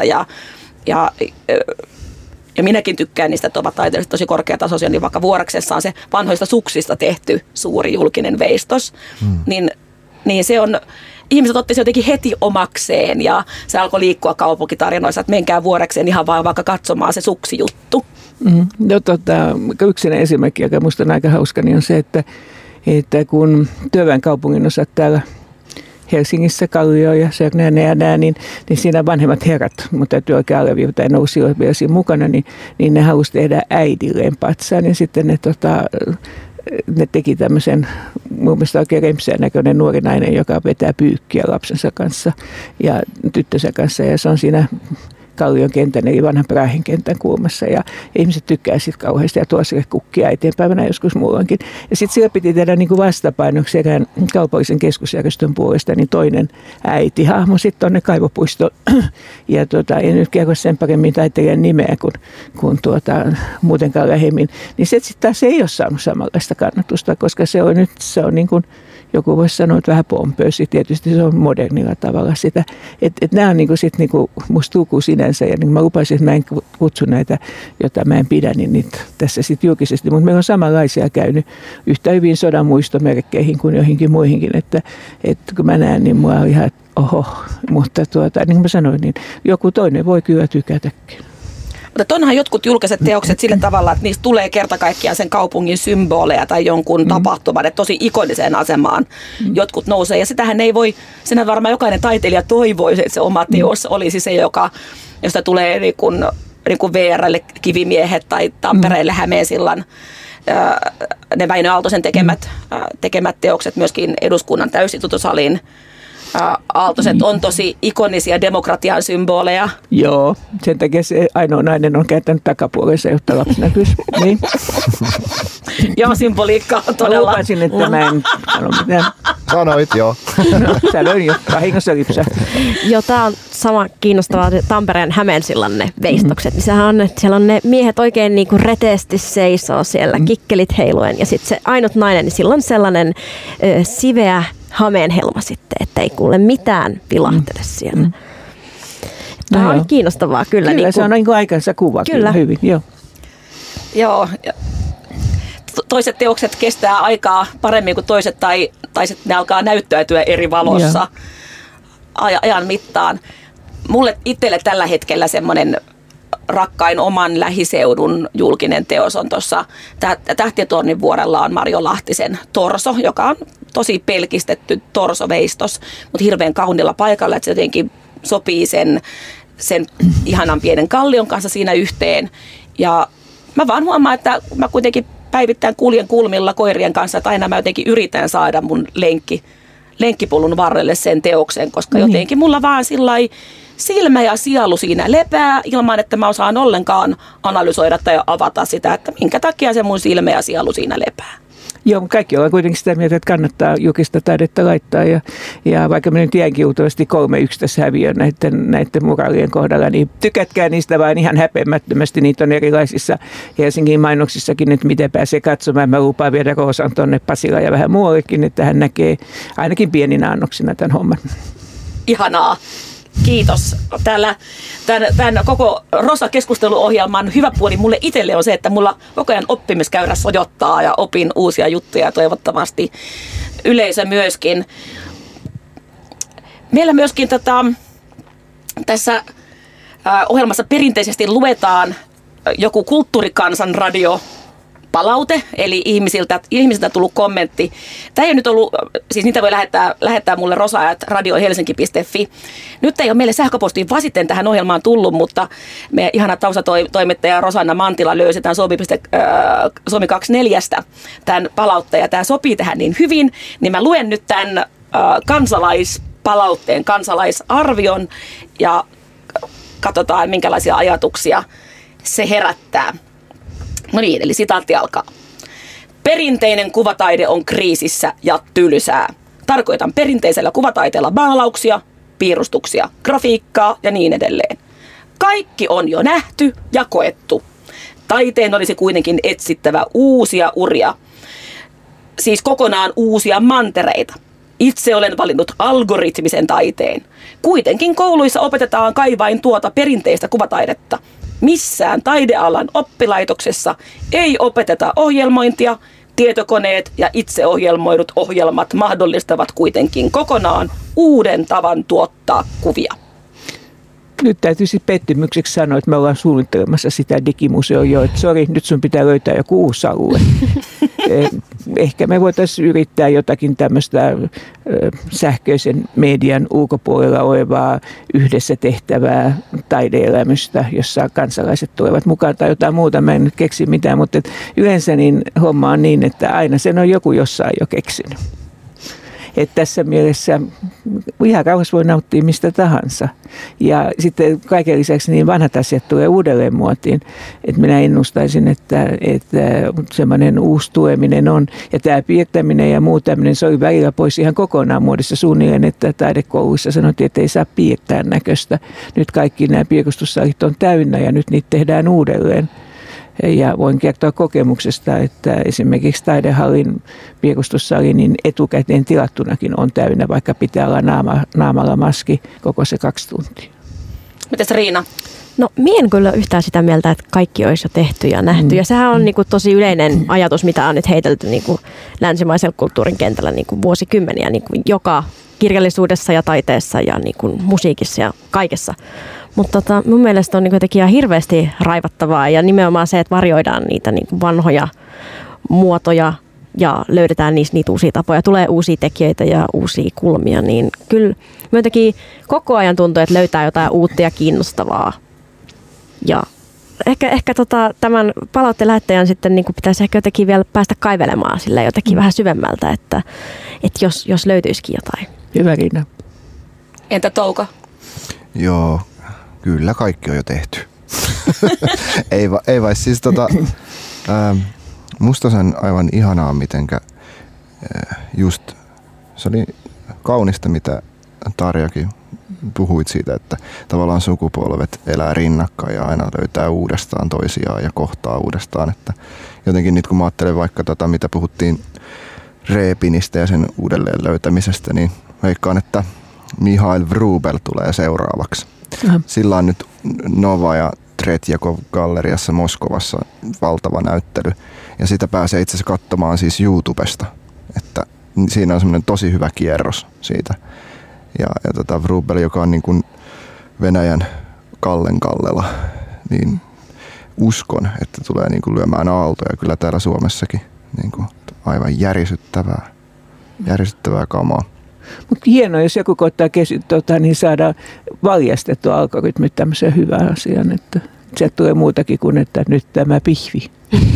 ja minäkin tykkään niistä, että ovat taiteellisesti tosi korkeatasoisia, niin vaikka Vuoreksessa on se vanhoista suksista tehty suuri julkinen veistos, niin se on, ihmiset otti se jotenkin heti omakseen ja se alkoi liikkua kaupunkitarinoissa, että menkää Vuorekseen ihan vaan vaikka katsomaan se suksijuttu. No yksi esimerkki, joka minusta on aika hauska, niin on se, että kun Työväen kaupungin osat täällä Helsingissä, Kallio ja nämä, niin siinä vanhemmat herrat, mutta täytyy oikein alleviivata ja nousi vielä siinä mukana, niin ne halusi tehdä äidilleen patsaan ja sitten ne teki tämmöisen, mun mielestä oikein rempsään näköinen nuori nainen, joka vetää pyykkiä lapsensa kanssa ja tyttönsä kanssa ja se on siinä Kallion kentän, eli vanhan Prahin kentän kulmassa. Ja ihmiset tykkää sitten kauheasti ja tuo sille kukkia eteenpäivänä joskus muuankin. Ja sitten siellä piti tehdä niin kuin vastapainoksi erään kaupallisen keskusjärjestön puolesta, niin toinen äitihahmo sitten tuonne Kaivopuistoon. Ja en nyt kerro sen paremmin taiteilijan nimeä kuin muutenkaan lähemmin. Niin se sitten taas ei ole saanut samanlaista kannatusta, koska se on niin kuin joku voisi sanoa, että vähän pompöösi. Tietysti se on modernilla tavalla sitä. Että nämä on niinku sit niinku, musta tukuu siinä, sinänsä. Ja niin mä lupasin, että mä en kutsu näitä, jota mä en pidä, niin niitä tässä sitten julkisesti. Mutta meillä on samanlaisia käynyt yhtä hyvin sodan muistomerkkeihin kuin joihinkin muihinkin. Että kun mä näen, niin mua on ihan oho. Mutta niin kuin mä sanoin, niin joku toinen voi kyllä tykätäkin. Mutta onhan jotkut julkiset teokset sillä tavalla, että niistä tulee kerta kaikkiaan sen kaupungin symboleja tai jonkun tapahtuman, että tosi ikoniseen asemaan jotkut nousee. Ja sitähän ei voi, senhän varmaan jokainen taiteilija toivoisi, että se oma teos olisi se, josta tulee niin kuin VR:lle Kivimiehet tai Tampereelle Hämeensillan ne Väinö Aaltosen tekemät teokset myöskin eduskunnan täysistuntosalin. Aaltoset on tosi ikonisia demokratian symboleja. Joo, sen takia se ainoa nainen on kääntänyt takapuolensa, jotta lapsi näkyisi. Niin. Joo, symboliikka on todella. Mä lupasin, että mä en sano mitään. Sanoit, joo. No, sanoin jo, vahingossa lipsää. Joo, tää on sama kiinnostavaa Tampereen Hämeensillan ne veistokset. Sehän on, siellä on ne miehet oikein niinku reteesti seisoo siellä, kikkelit heiluen. Ja sitten se ainut nainen, niin silloin sellainen siveä hameenhelma sitten, että ei kuule mitään vilahtele siellä. Tämä on kiinnostavaa kyllä. Kyllä, se on niin kuin aikansa kuva. Kyllä hyvin, joo. Joo. Toiset teokset kestää aikaa paremmin kuin toiset, tai ne alkaa näyttäytyä eri valossa ajan mittaan. Mulle itselle tällä hetkellä semmoinen rakkain oman lähiseudun julkinen teos on tuossa Tähtitornin vuorella on Marjo Lahtisen torso, joka on tosi pelkistetty torsoveistos, mutta hirveän kaunilla paikalla, että se jotenkin sopii sen ihanan pienen kallion kanssa siinä yhteen. Ja mä vaan huomaan, että mä kuitenkin päivittäin kuljen kulmilla koirien kanssa, että aina mä jotenkin yritän saada mun lenkkipolun varrelle sen teoksen, koska jotenkin mulla vaan sillai silmä ja sielu siinä lepää ilman, että mä osaan ollenkaan analysoida tai avata sitä, että minkä takia se mun silmä ja sielu siinä lepää. Joo, mutta kaikki ollaan kuitenkin sitä mieltä, että kannattaa julkista taidetta laittaa. Ja vaikka mä nyt jäänkin uutavasti 3-1 tässä häviön näiden muraalien kohdalla, niin tykätkää niistä vaan ihan häpeämättömästi. Niitä on erilaisissa Helsingin mainoksissakin, että miten pääsee katsomaan. Mä lupaan viedä Roosan tuonne Pasilaan ja vähän muuallekin, että hän näkee ainakin pieninä annoksina tämän homman. Ihanaa. Kiitos. Tämän koko Rosa-keskusteluohjelman hyvä puoli mulle itselle on se, että mulla koko ajan oppimiskäyrä sojottaa ja opin uusia juttuja ja toivottavasti yleisö myöskin. Meillä myöskin tässä ohjelmassa perinteisesti luetaan joku kulttuurikansan radio palaute, eli ihmisiltä tullut kommentti. Tämä ei ole nyt ollut, siis niitä voi lähettää mulle rosa@radiohelsinki.fi. Nyt ei ole meille sähköpostiin vasiten tähän ohjelmaan tullut, mutta meidän ihana taustatoimittaja Rosanna Mantila löysi tämän Suomi 24 tämän palautteen, ja tämä sopii tähän niin hyvin, niin mä luen nyt tämän kansalaispalautteen, kansalaisarvion, ja katsotaan minkälaisia ajatuksia se herättää. No niin, eli sitaatti alkaa. Perinteinen kuvataide on kriisissä ja tylsää. Tarkoitan perinteisellä kuvataiteella maalauksia, piirustuksia, grafiikkaa ja niin edelleen. Kaikki on jo nähty ja koettu. Taiteen olisi kuitenkin etsittävä uusia uria, siis kokonaan uusia mantereita. Itse olen valinnut algoritmisen taiteen. Kuitenkin kouluissa opetetaan kai vain tuota perinteistä kuvataidetta. Missään taidealan oppilaitoksessa ei opeteta ohjelmointia. Tietokoneet ja itseohjelmoidut ohjelmat mahdollistavat kuitenkin kokonaan uuden tavan tuottaa kuvia. Nyt täytyisi pettymykseksi sanoa, että me ollaan suunnittelemassa sitä digimuseoa jo, että sori, nyt sun pitää löytää joku uusi alue. Ehkä me voitaisiin yrittää jotakin tämmöistä sähköisen median ulkopuolella olevaa yhdessä tehtävää taideelämystä, jossa kansalaiset tulevat mukaan tai jotain muuta. Mä en nyt keksi mitään, mutta yleensä niin homma on niin, että aina sen on joku jossain jo keksinyt. Että tässä mielessä ihan rauhassa voi nauttia mistä tahansa. Ja sitten kaiken lisäksi niin vanhat asiat tulee uudelleen muotiin. Että minä ennustaisin, että semmoinen uusi tuleminen on. Ja tämä piirtäminen ja muu tämmöinen, se oli välillä pois ihan kokonaan muodossa suunnilleen, että taidekouluissa sanottiin, että ei saa piirtää näköistä. Nyt kaikki nämä piirustussalit on täynnä ja nyt niitä tehdään uudelleen. Ja voin kertoa kokemuksesta, että esimerkiksi taidehallin piirustussali niin etukäteen tilattunakin on täynnä, vaikka pitää olla naamalla maski koko se 2 tuntia. Mites Riina? No, mie en kyllä yhtään sitä mieltä, että kaikki olisi jo tehty ja nähty. Ja sehän on niinku tosi yleinen ajatus, mitä on nyt heitelty niinku länsimaisella kulttuurin kentällä niinku vuosikymmeniä niinku joka kirjallisuudessa ja taiteessa ja niinku musiikissa ja kaikessa. Mutta mun mielestä on niinku jotenkin ihan hirveästi raivattavaa ja nimenomaan se, että varjoidaan niitä niinku vanhoja muotoja ja löydetään niitä uusia tapoja, tulee uusia tekijöitä ja uusia kulmia, niin kyllä jotenkin koko ajan tuntuu, että löytää jotain uutta ja kiinnostavaa. Ja ehkä tämän palautteen lähettäjän sitten niin pitäisi ehkä jotenkin vielä päästä kaivelemaan sillä jotenkin vähän syvemmältä, että jos löytyisikin jotain. Hyvä, Riina. Entä Touko? Joo, kyllä kaikki on jo tehty. ei vai siis musta se on aivan ihanaa, mitenkä just se oli kaunista, mitä Tarjakin puhuit siitä, että tavallaan sukupolvet elää rinnakkain ja aina löytää uudestaan toisiaan ja kohtaa uudestaan. Että jotenkin nyt kun mä ajattelen vaikka mitä puhuttiin Repinistä ja sen uudelleen löytämisestä, niin veikkaan, että Mihail Vrubel tulee seuraavaksi. Sillä on nyt Nova ja Tretjakov galleriassa Moskovassa valtava näyttely ja sitä pääsee itse asiassa katsomaan siis YouTubesta, että siinä on semmoinen tosi hyvä kierros siitä. Ja Vrubel, joka on niin kuin Venäjän Kallela, niin uskon, että tulee niin kuin lyömään aaltoja kyllä täällä Suomessakin. Niin kuin aivan järisyttävää kamaa. Mutta hienoa, jos joku koittaa niin saadaan valjastettua algoritmit tämmöisen hyvän asian, että sieltä tulee muutakin kuin, että nyt tämä pihvi.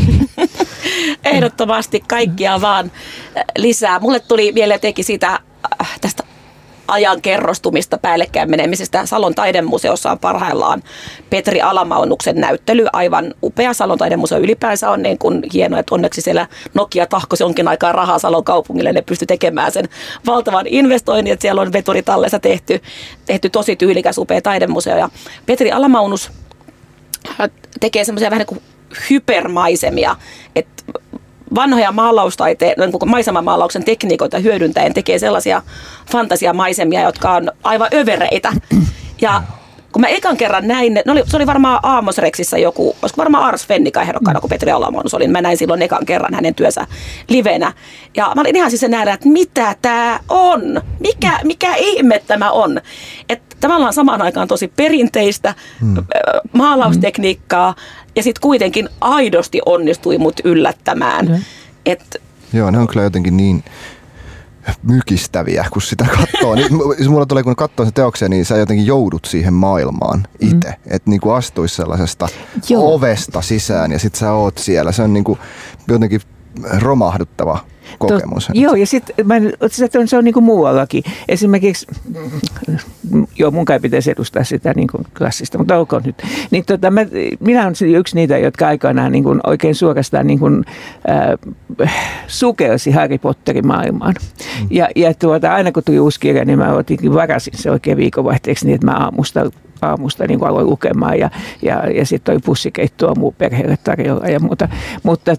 Ehdottomasti kaikkia vaan lisää. Mulle tuli mieleen jotenkin siitä tästä ajan kerrostumista päällekkäin menemisestä. Salon taidemuseossa on parhaillaan Petri Alamaunuksen näyttely. Aivan upea. Salon taidemuseo ylipäänsä on niin kuin hieno, että onneksi siellä Nokia tahkosi jonkin aikaa rahaa Salon kaupungille. Ne pystyi tekemään sen valtavan investoinnin, että siellä on veturitallessa tehty tosi tyylikäs upea taidemuseo. Ja Petri Alamaunus tekee semmoisia vähän niin kuin hypermaisemia, että vanhoja maisemamaalauksen tekniikoita hyödyntäen tekee sellaisia fantasiamaisemia, jotka on aivan övereitä. Ja kun mä ekan kerran näin, se oli varmaan Amos Rexissä joku, olisiko varmaan Ars Fennikai ehdokkaana, kun Petri Alamaunus oli. Mä näin silloin ekan kerran hänen työnsä livenä. Ja mä olin ihan siis nähdä, että mitä tää on? Mikä ihme tämä on? Että tavallaan samaan aikaan tosi perinteistä maalaustekniikkaa ja sitten kuitenkin aidosti onnistui mut yllättämään. Joo, ne on kyllä jotenkin niin mykistäviä, kun sitä katsoo. Mulla tulee, kun katsoo sen teoksia, niin sä jotenkin joudut siihen maailmaan itse. Että niin kuin astuisi sellaisesta ovesta sisään ja sit sä oot siellä. Se on niin kuin jotenkin romahduttava kokemus. Joo, ja sitten se on niin kuin muuallakin. Esimerkiksi, mun kai pitäisi edustaa sitä niin kuin klassista, mutta olkoon nyt. Niin minä olen yksi niitä, jotka aikanaan niin kuin oikein suorastaan niin kuin, sukelsi Harry Potterin maailmaan. Ja aina kun tuli uusi kirja, niin mä varasin se oikein viikonvaihteeksi niin, että mä aamusta niin kuin aloin lukemaan ja sitten oli pussikeittoa muu perheelle tarjolla ja muuta. Mutta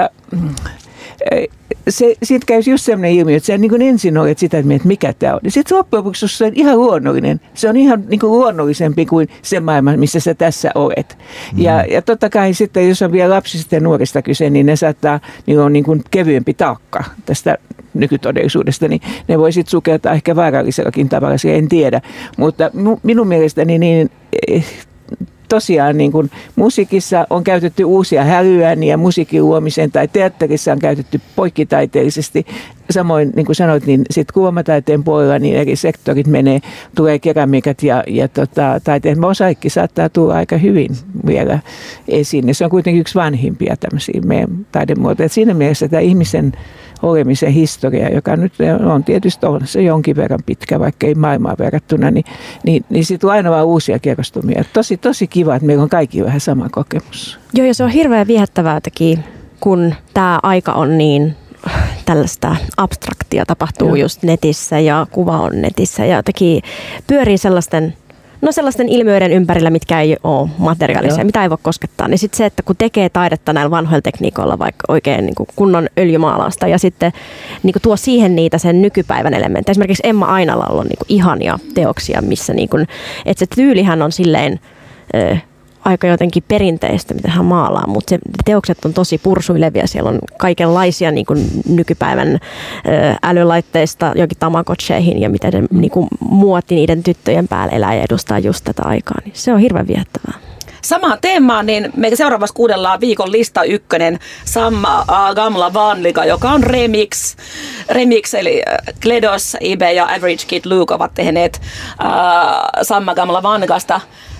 siitä käy just sellainen ilmiö, että sä niin ensin olet sitä, että mikä tämä on. Ja sitten loppujen lopuksi se on ihan luonnollinen. Se on ihan niin kuin luonnollisempi kuin se maailma, missä sä tässä olet. Ja totta kai sitten, jos on vielä lapsista ja nuorista kyse, niin ne saattaa, niin on niin kuin kevyempi taakka tästä nykytodellisuudesta, niin ne voi sitten sukeltaa ehkä vaarallisellakin tavalla, se en tiedä. Mutta minun mielestäni niin tosiaan niin kuin musiikissa on käytetty uusia hälyääniä musiikin luomiseen tai teatterissa on käytetty poikkitaiteellisesti. Samoin niin kuin sanoit, niin sitten kuvamataiteen puolella niin eri sektorit tulee keramiikat ja taiteen mosaikki saattaa tulla aika hyvin vielä esiin. Ja se on kuitenkin yksi vanhimpia tämmöisiä meidän taidemuotoja. Siinä mielessä tämä ihmisen olemisen historia, joka nyt on tietysti on se jonkin verran pitkä, vaikka ei maailmaan verrattuna, niin sitten on aina vaan uusia kerrostumia. Tosi kiva, että meillä on kaikki vähän sama kokemus. Joo, ja se on hirveän viehättävää jotenkin, kun tämä aika on niin tällaista abstraktia tapahtuu just netissä ja kuva on netissä ja jotenkin pyörii sellaisten ilmiöiden ympärillä, mitkä ei ole materiaalisia, mitä ei voi koskettaa. Niin sitten se, että kun tekee taidetta näillä vanhoilla tekniikoilla, vaikka oikein niin kuin kunnon öljymaalausta ja sitten niin kuin tuo siihen niitä sen nykypäivän elementtejä. Esimerkiksi Emma Ainalalla on niin kuin ihania teoksia, missä niin kuin, että se tyylihän on silleen aika jotenkin perinteistä, mitä hän maalaa, mutta se teokset on tosi pursuileviä. Siellä on kaikenlaisia niin kuin nykypäivän älylaitteista jokin tamagotcheihin ja miten ne niin kuin muoti niiden tyttöjen päällä elää ja edustaa just tätä aikaa. Niin se on hirveän viehättävää. Samaan teemaan, niin me seuraavassa kuudellaan viikon lista ykkönen Samma Gamla Vanliga, joka on remix eli Kledos, Ibe ja Average Kid Luke ovat tehneet Samma Gamla Vanligasta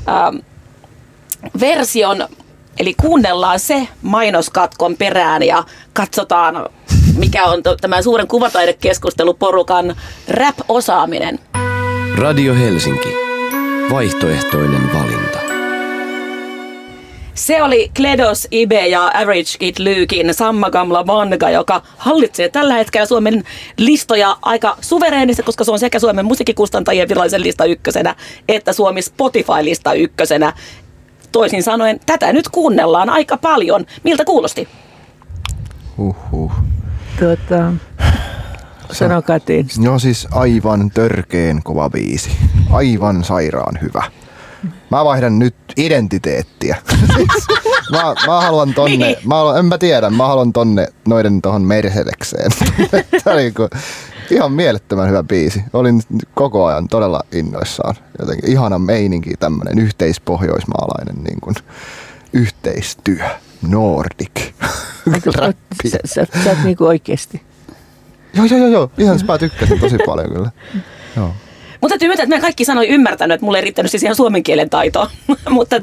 version, eli kuunnellaan se mainoskatkon perään ja katsotaan, mikä on tämän suuren kuvataidekeskusteluporukan rap-osaaminen. Radio Helsinki. Vaihtoehtoinen valinta. Se oli Kledos, Ibe ja Average Kid Luken Samma Gamla Vanliga, joka hallitsee tällä hetkellä Suomen listoja aika suvereenisti, koska se on sekä Suomen musiikkikustantajien virallisen lista ykkösenä että Suomi Spotify-lista ykkösenä. Toisin sanoen, tätä nyt kuunnellaan aika paljon. Miltä kuulosti? Sanokaa tein. No siis aivan törkeen kova biisi. Aivan sairaan hyvä. Mä vaihdan nyt identiteettiä. mä haluan tonne, mä haluan tonne noiden tohon Mercedekseen. Tämä oli ihan mielettömän hyvä biisi. Olin koko ajan todella innoissaan. Jotenkin ihana meininki, tämmönen yhteispohjoismaalainen niin kuin yhteistyö. Nordic. Sä oot niinku oikeesti. Joo. Ihan mä tykkäsin tosi paljon kyllä. Joo. Mutta täytyy myöntää, että mä kaikki sanoin ymmärtänyt, että mulla ei riittänyt siis ihan suomen kielen taitoa. Mutta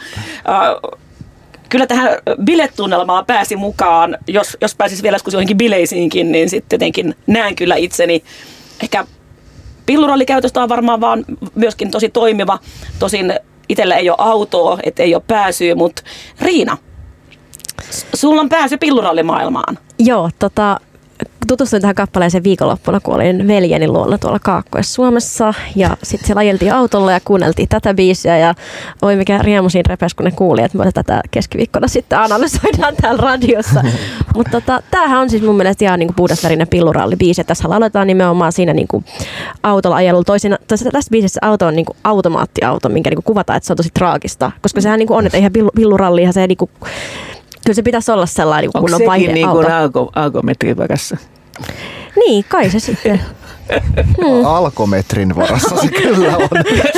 kyllä tähän biletunnelmaan pääsi mukaan, jos pääsisi vielä joskus johonkin bileisiinkin, niin sitten jotenkin näen kyllä itseni. Ehkä pillurallikäytöstä on varmaan vaan myöskin tosi toimiva. Tosin itsellä ei ole autoa, että ei ole pääsyä, mutta Riina, sulla on pääsy pillurallimaailmaan. Joo, tutustuin tähän kappaleeseen viikonloppuna, kun olin veljeni luolla tuolla Kaakkois-Suomessa. Ja sitten siellä ajeltiin autolla ja kuunneltiin tätä biisiä. Ja oi mikä riemu siinä repes, kun ne kuuli, että me tätä keskiviikkona sitten analysoidaan täällä radiossa. Mutta tämähän on siis mun mielestä ihan niinku puhdasvärinen pillurallibiisi. Tässä lauletaan nimenomaan siinä niinku autolla ajelulla. Tässä biisissä auto on niinku automaattiauto, minkä niinku kuvataan, että se on tosi traagista. Koska sehän niinku on, että eihän pillurallihan se niinku... Kyllä se pitäisi olla sellainen, kun on vaiheauto. Onko sekin niin alkometrin varassa? Niin, kai se sitten. Alkometrin varassa se kyllä on.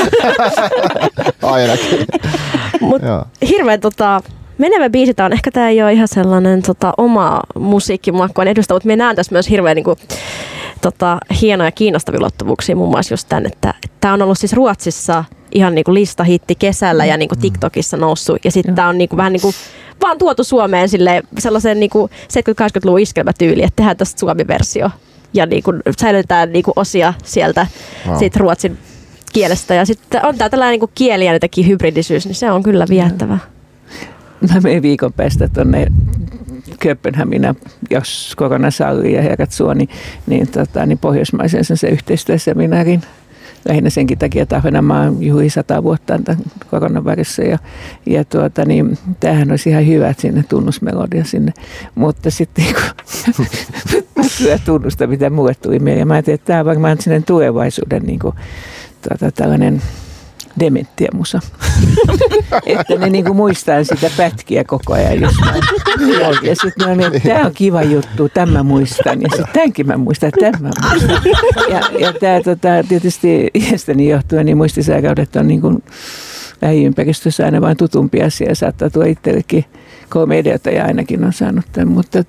Ainakin. Mutta hirveän menevä biisi. On. Ehkä tämä ei ole ihan sellainen oma musiikkimakkuan edusta, mutta me näen tässä myös hirveän niinku, hienoja kiinnostavia ulottuvuuksia. Muun muassa just tämän, että tämä on ollut siis Ruotsissa ihan niinku listahitti kesällä ja niinku TikTokissa noussut. Ja sitten tämä on niinku, vähän niinku vaan tuotu Suomeen sellaisen niinku 70-80-luvun iskelmätyyli, että tehdään tästä Suomi-versio ja niinku säilytetään niinku osia sieltä siitä ruotsin kielestä. Ja sitten on tää tällainen niinku kieli ja jotenkin hybridisyys, niin se on kyllä viehättävää. Mä menen viikon päästä tuonne Kööpenhaminaan, jos korona sallii ja herrat suo, niin pohjoismaisen se yhteistyöseminaarin. Lähinnä senkin takia, että Ahvenanmaa juhlii 100 vuotta tämän koronan välissä. Niin tämähän olisi ihan hyvä, että sinne tunnusmelodia sinne. Mutta sitten kyllä tunnusta, mitä mulle tuli mieleen. Mä ajattelin, että tämä on varmaan sinne tulevaisuuden tällainen dementtiamusa. Että ne niinku muistaa sitä pätkiä koko ajan. Ja sitten on, että tämä on kiva juttu, tämä muistan. Ja sitten tämänkin mä muistan, tämä muistan. Ja tämä tietysti iästäni johtuen, niin muistisairaudet on niinku lähiympäristössä aina vain tutumpi asia. Ja saattaa tulla itsellekin 3 edeltäjää ainakin on saanut tämän.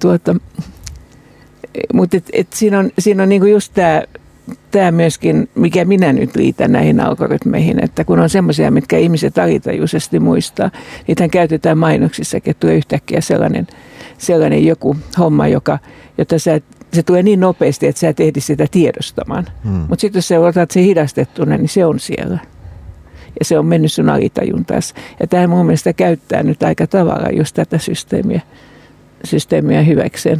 Mutta siinä on niinku just tämä myöskin, mikä minä nyt liitän näihin algoritmeihin, että kun on semmoisia, mitkä ihmiset alitajuisesti muistaa, niitähän käytetään mainoksissa, että tulee yhtäkkiä sellainen joku homma, jota se tulee niin nopeasti, että sä et ehdi sitä tiedostamaan. Mutta sitten jos sä otat se hidastettuna, niin se on siellä. Ja se on mennyt sun alitajuntaas. Ja tämä mun mielestä käyttää nyt aika tavalla just tätä systeemiä hyväkseen.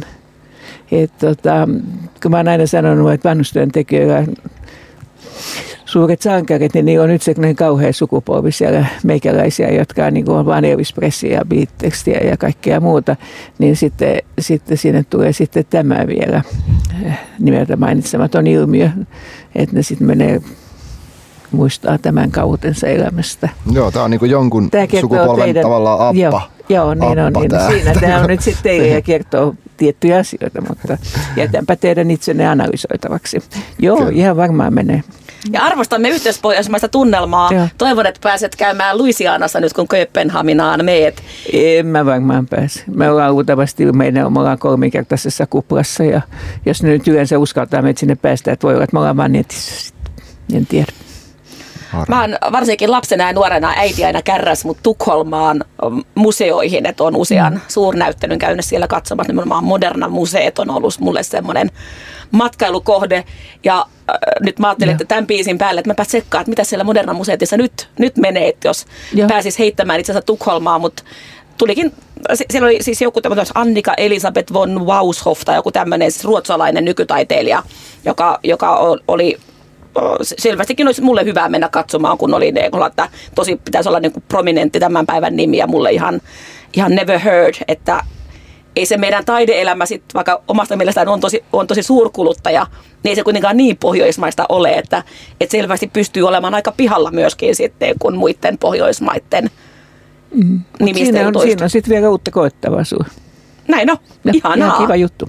Kun mä oon aina sanonut, että vanhustyöntekijöillä suuret sankarit, niin niillä on nyt sellainen kauhea sukupolvi siellä meikäläisiä, jotka on vaan Elvis Presley ja beat-tekstiä ja kaikkea muuta, niin sitten sinne tulee sitten tämä vielä nimeltä mainitsematon ilmiö, että ne sitten menee muistaa tämän kautensa elämästä. Joo, tämä on niin kuin jonkun sukupolven tavallaan appa. Joo, niin on. Niin. Siinä tämä on nyt sitten teille ja kertoo tiettyjä asioita, mutta jätänpä teidän itsenne analysoitavaksi. Joo, kyllä. Ihan varmaan menee. Ja arvostamme yhteispohjoismaista tunnelmaa. Joo. Toivon, että pääset käymään Louisianassa nyt, kun Kööpenhaminaan meet. En mä varmaan pääse. Me ollaan luultavasti meidän 3-kertaisessa kuplassa ja jos ne nyt yleensä uskaltaa meitä sinne päästä, että voi olla, että me ollaan vaan netissä sitten. En tiedä. Mä oon varsinkin lapsena ja nuorena äiti aina kärräs mut Tukholmaan museoihin, että on usean suurnäyttelyn käynyt siellä katsomassa. Nimenomaan Moderna museet on ollut mulle semmoinen matkailukohde. Ja nyt mä ajattelin, että tämän biisin päälle, että mäpä tsekkaan, että mitä siellä Moderna museetissa nyt menee, että jos pääsis heittämään itse asiassa Tukholmaan, mutta tulikin, siellä oli siis joku tämmöinen Annika Elisabeth von Waushoff tai joku tämmöinen siis ruotsalainen nykytaiteilija, joka oli selvästikin olisi mulle hyvä mennä katsomaan, kun oli ne, että tosi pitäisi olla niin kuin prominentti tämän päivän nimi ja mulle ihan never heard, että ei se meidän taideelämä sitten, vaikka omasta mielestään on tosi suurkuluttaja, niin ei se kuitenkaan niin pohjoismaista ole, että selvästi pystyy olemaan aika pihalla myöskin sitten kuin muiden pohjoismaiden nimistelutoista. Siinä on sitten vielä uutta koettavaa sinua. Näin on, ihanaa. Ihan kiva juttu.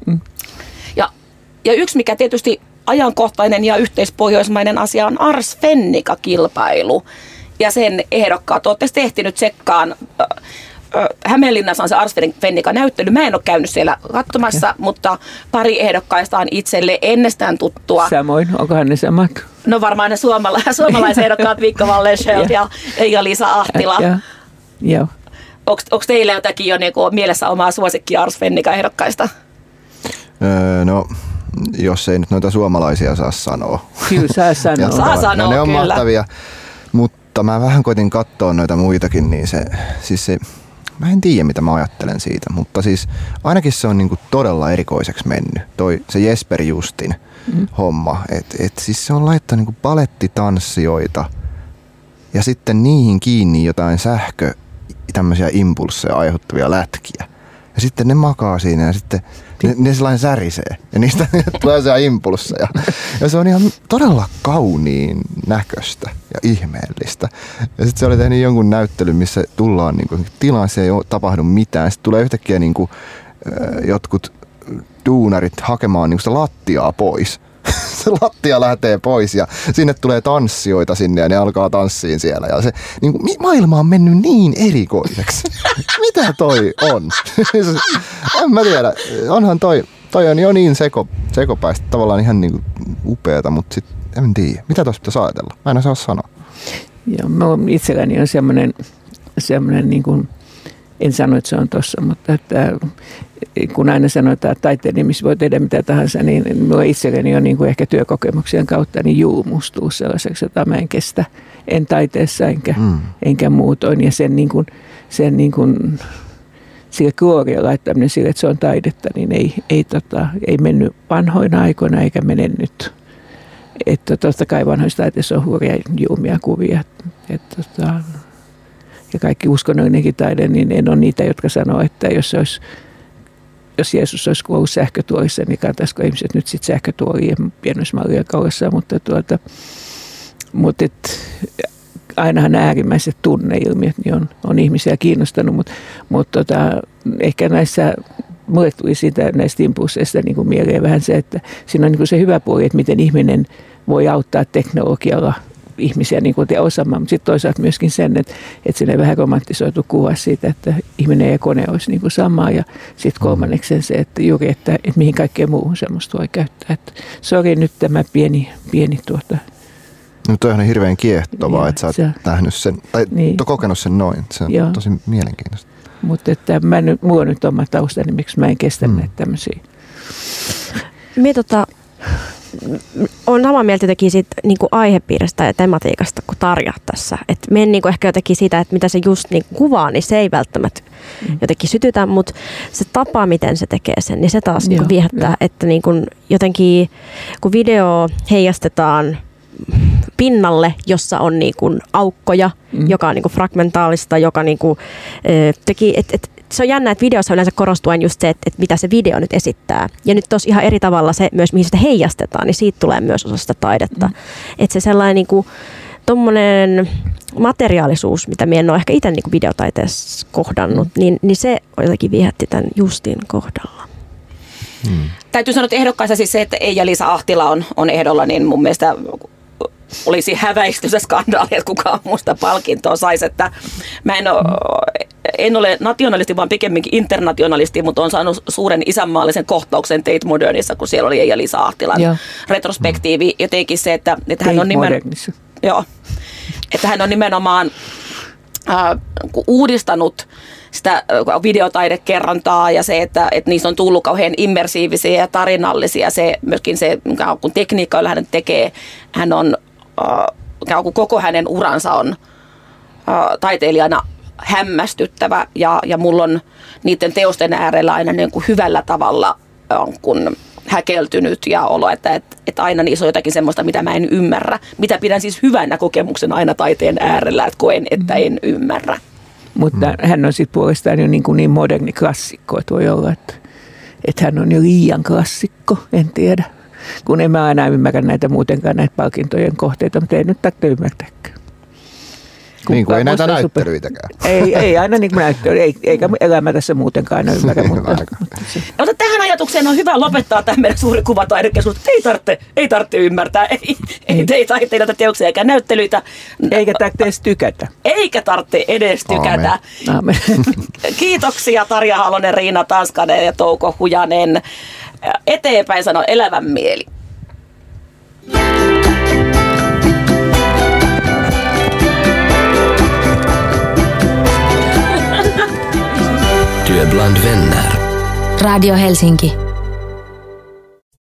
Ja yksi, mikä tietysti ajankohtainen ja yhteispohjoismainen asia on Ars Fennica-kilpailu. Ja sen ehdokkaat, olette ehtinyt tsekkaan. Hämeenlinnassa on se Ars Fennica-näyttely. Mä en ole käynyt siellä katsomassa, mutta pari ehdokkaista on itselle ennestään tuttua. Samoin, onkohan ne samat? No varmaan ne suomalaisehdokkaat Vikka Wallenskjöld ja Liisa Ahtila. Joo. Onko teillä jotakin jo niinku mielessä omaa suosikkia Ars Fennica-ehdokkaista? No, jos ei nyt noita suomalaisia saa sanoa. Kyllä saa sanoa. Saa sanoa, ne on kyllä. mahtavia, mutta mä vähän koitin katsoa noita muitakin, niin mä en tiedä mitä mä ajattelen siitä, mutta siis ainakin se on niinku todella erikoiseksi mennyt, se Jesper Justin homma, että siis se on laittanut niinku palettitanssijoita ja sitten niihin kiinni jotain tämmöisiä impulsseja aiheuttavia lätkiä. Ja sitten ne makaa siinä ja sitten ne sellainen särisee ja niistä tulee sellaisia impulsseja. Ja se on ihan todella kauniin näköistä ja ihmeellistä. Ja sitten se oli tehnyt jonkun näyttelyn, missä tullaan niinku tilaan, se ei ole tapahdu mitään. Sitten tulee yhtäkkiä niinku, jotkut duunarit hakemaan niinku sitä lattiaa pois. Se lattia lähtee pois ja sinne tulee tanssijoita sinne ja ne alkaa tanssiin siellä. Ja se niin kuin, maailma on mennyt niin erikoiseksi. Mitä toi on? En mä tiedä. Onhan toi on jo niin sekopäistä, tavallaan ihan niin kuin upeata, mutta sit en tiedä. Mitä tuossa pitäisi ajatella? Mä en osaa sanoa. Joo, itselläni on semmoinen niin kuin, en sano, että se on tossa, mutta että kun aina sanotaan, että taiteen nimissä voi tehdä mitä tahansa, niin minulla itselleni on niin kuin ehkä työkokemuksien kautta niin juumustuu sellaiseksi, jota mä en kestä. En taiteessa enkä muutoin. Ja sen sille gloorian laittaminen sille, että se on taidetta, niin ei mennyt vanhoina aikoina eikä mene nyt. Että totta kai vanhoissa taiteissa on hurja juumia kuvia. Ja kaikki uskonnollinenkin taide, niin en ole niitä, jotka sanoo, että jos Jeesus olisi kuollut sähkötuolissa, niin kantaisiko ihmiset nyt sitten sähkötuolien pienoismallia kaulassa, mutta ainahan nämä äärimmäiset tunneilmiöt niin on ihmisiä kiinnostanut, mutta ehkä mulle tuli siitä näistä impulseista niin kuin mieleen vähän se, että siinä on niin kuin se hyvä puoli, että miten ihminen voi auttaa teknologialla ihmisiä niin kuin osaamaan, mutta sitten toisaalta myöskin sen, että sinne vähän romantisoitu kuva siitä, että ihminen ja kone olisi niin kuin samaa ja sitten kolmanneksi se, että juuri, että mihin kaikkeen muuhun semmoista voi käyttää. Sori nyt tämä pieni No toihan on hirveän kiehtovaa, että sä oot nähnyt sen, tai kokenut sen noin. Se on tosi mielenkiintoista. Mutta että mulla on nyt oma taustani, miksi mä en kestä näitä tämmöisiä. Olen samaa mieltä jotenkin siitä niin kuin aihepiiristä ja tematiikasta kuin Tarja tässä. Et me en niin kuin ehkä jotenkin siitä, että mitä se just niin kuvaa, niin se ei välttämättä jotenkin sytytä, mutta se tapa, miten se tekee sen, niin se taas niin kuin viehättää, että niin kuin jotenkin kun video heijastetaan pinnalle, jossa on niin kuin aukkoja, joka on niin kuin fragmentaalista, joka niin kuin, teki, se on jännä, että videossa yleensä korostuu just se, että mitä se video nyt esittää. Ja nyt tossa ihan eri tavalla se myös, mihin sitä heijastetaan, niin siitä tulee myös osa sitä taidetta. Että se sellainen niin kuin, tommonen materiaalisuus, mitä minä en ole ehkä itse niin kuin videotaiteessa kohdannut, niin se jotenkin viehätti tämän Justin kohdalla. Täytyy sanoa, että ehdokkaissa siis se, että Eija-Liisa Ahtila on ehdolla, niin mun mielestä olisi häväistys ja skandaali, että kukaan muusta palkintoa saisi. Että mä en ole nationalisti, vaan pikemminkin internationalisti, mutta olen saanut suuren isänmaallisen kohtauksen Tate Modernissa, kun siellä oli Eija-Liisa Ahtilan retrospektiivi. Jotenkin se, että hän on että hän on nimenomaan uudistanut sitä videotaidekerrontaa ja se, että niistä on tullut kauhean immersiivisiä ja tarinallisia. Se, myöskin se, kun tekniikka, jolla hän tekee, hän on, koko hänen uransa on taiteilijana hämmästyttävä ja mulla on niiden teosten äärellä aina niin kuin hyvällä tavalla kun häkeltynyt ja olo, että aina niissä on jotakin semmoista, mitä mä en ymmärrä. Mitä pidän siis hyvänä kokemuksena aina taiteen äärellä, että koen, että en ymmärrä. Mutta hän on sitten puolestaan jo niin moderni klassikko, että voi olla, että hän on jo liian klassikko, en tiedä. Kun en mä aina ymmärrä näitä muutenkaan näitä palkintojen kohteita, mutta ei nyt tarvitse ymmärtääkään. Niin kuin ei näitä näyttelyitäkään. Ei aina niin kuin näyttely, eikä elämä tässä muutenkaan aina ymmärrä. Mutta tähän ajatukseen on hyvä lopettaa tämä meidän suuri kuvataidekeskustelu. Ei tarvitse ymmärtää, ei taiteilijoita teoksia eikä näyttelyitä. Eikä tarvitse edes tykätä. Eikä tarvitse edes tykätä. Aamen. Kiitoksia Tarja Halonen, Riina Tanskanen ja Touko Hujanen. Eteenpäin sano elävän mieli. Du är bland vänner. Radio Helsinki.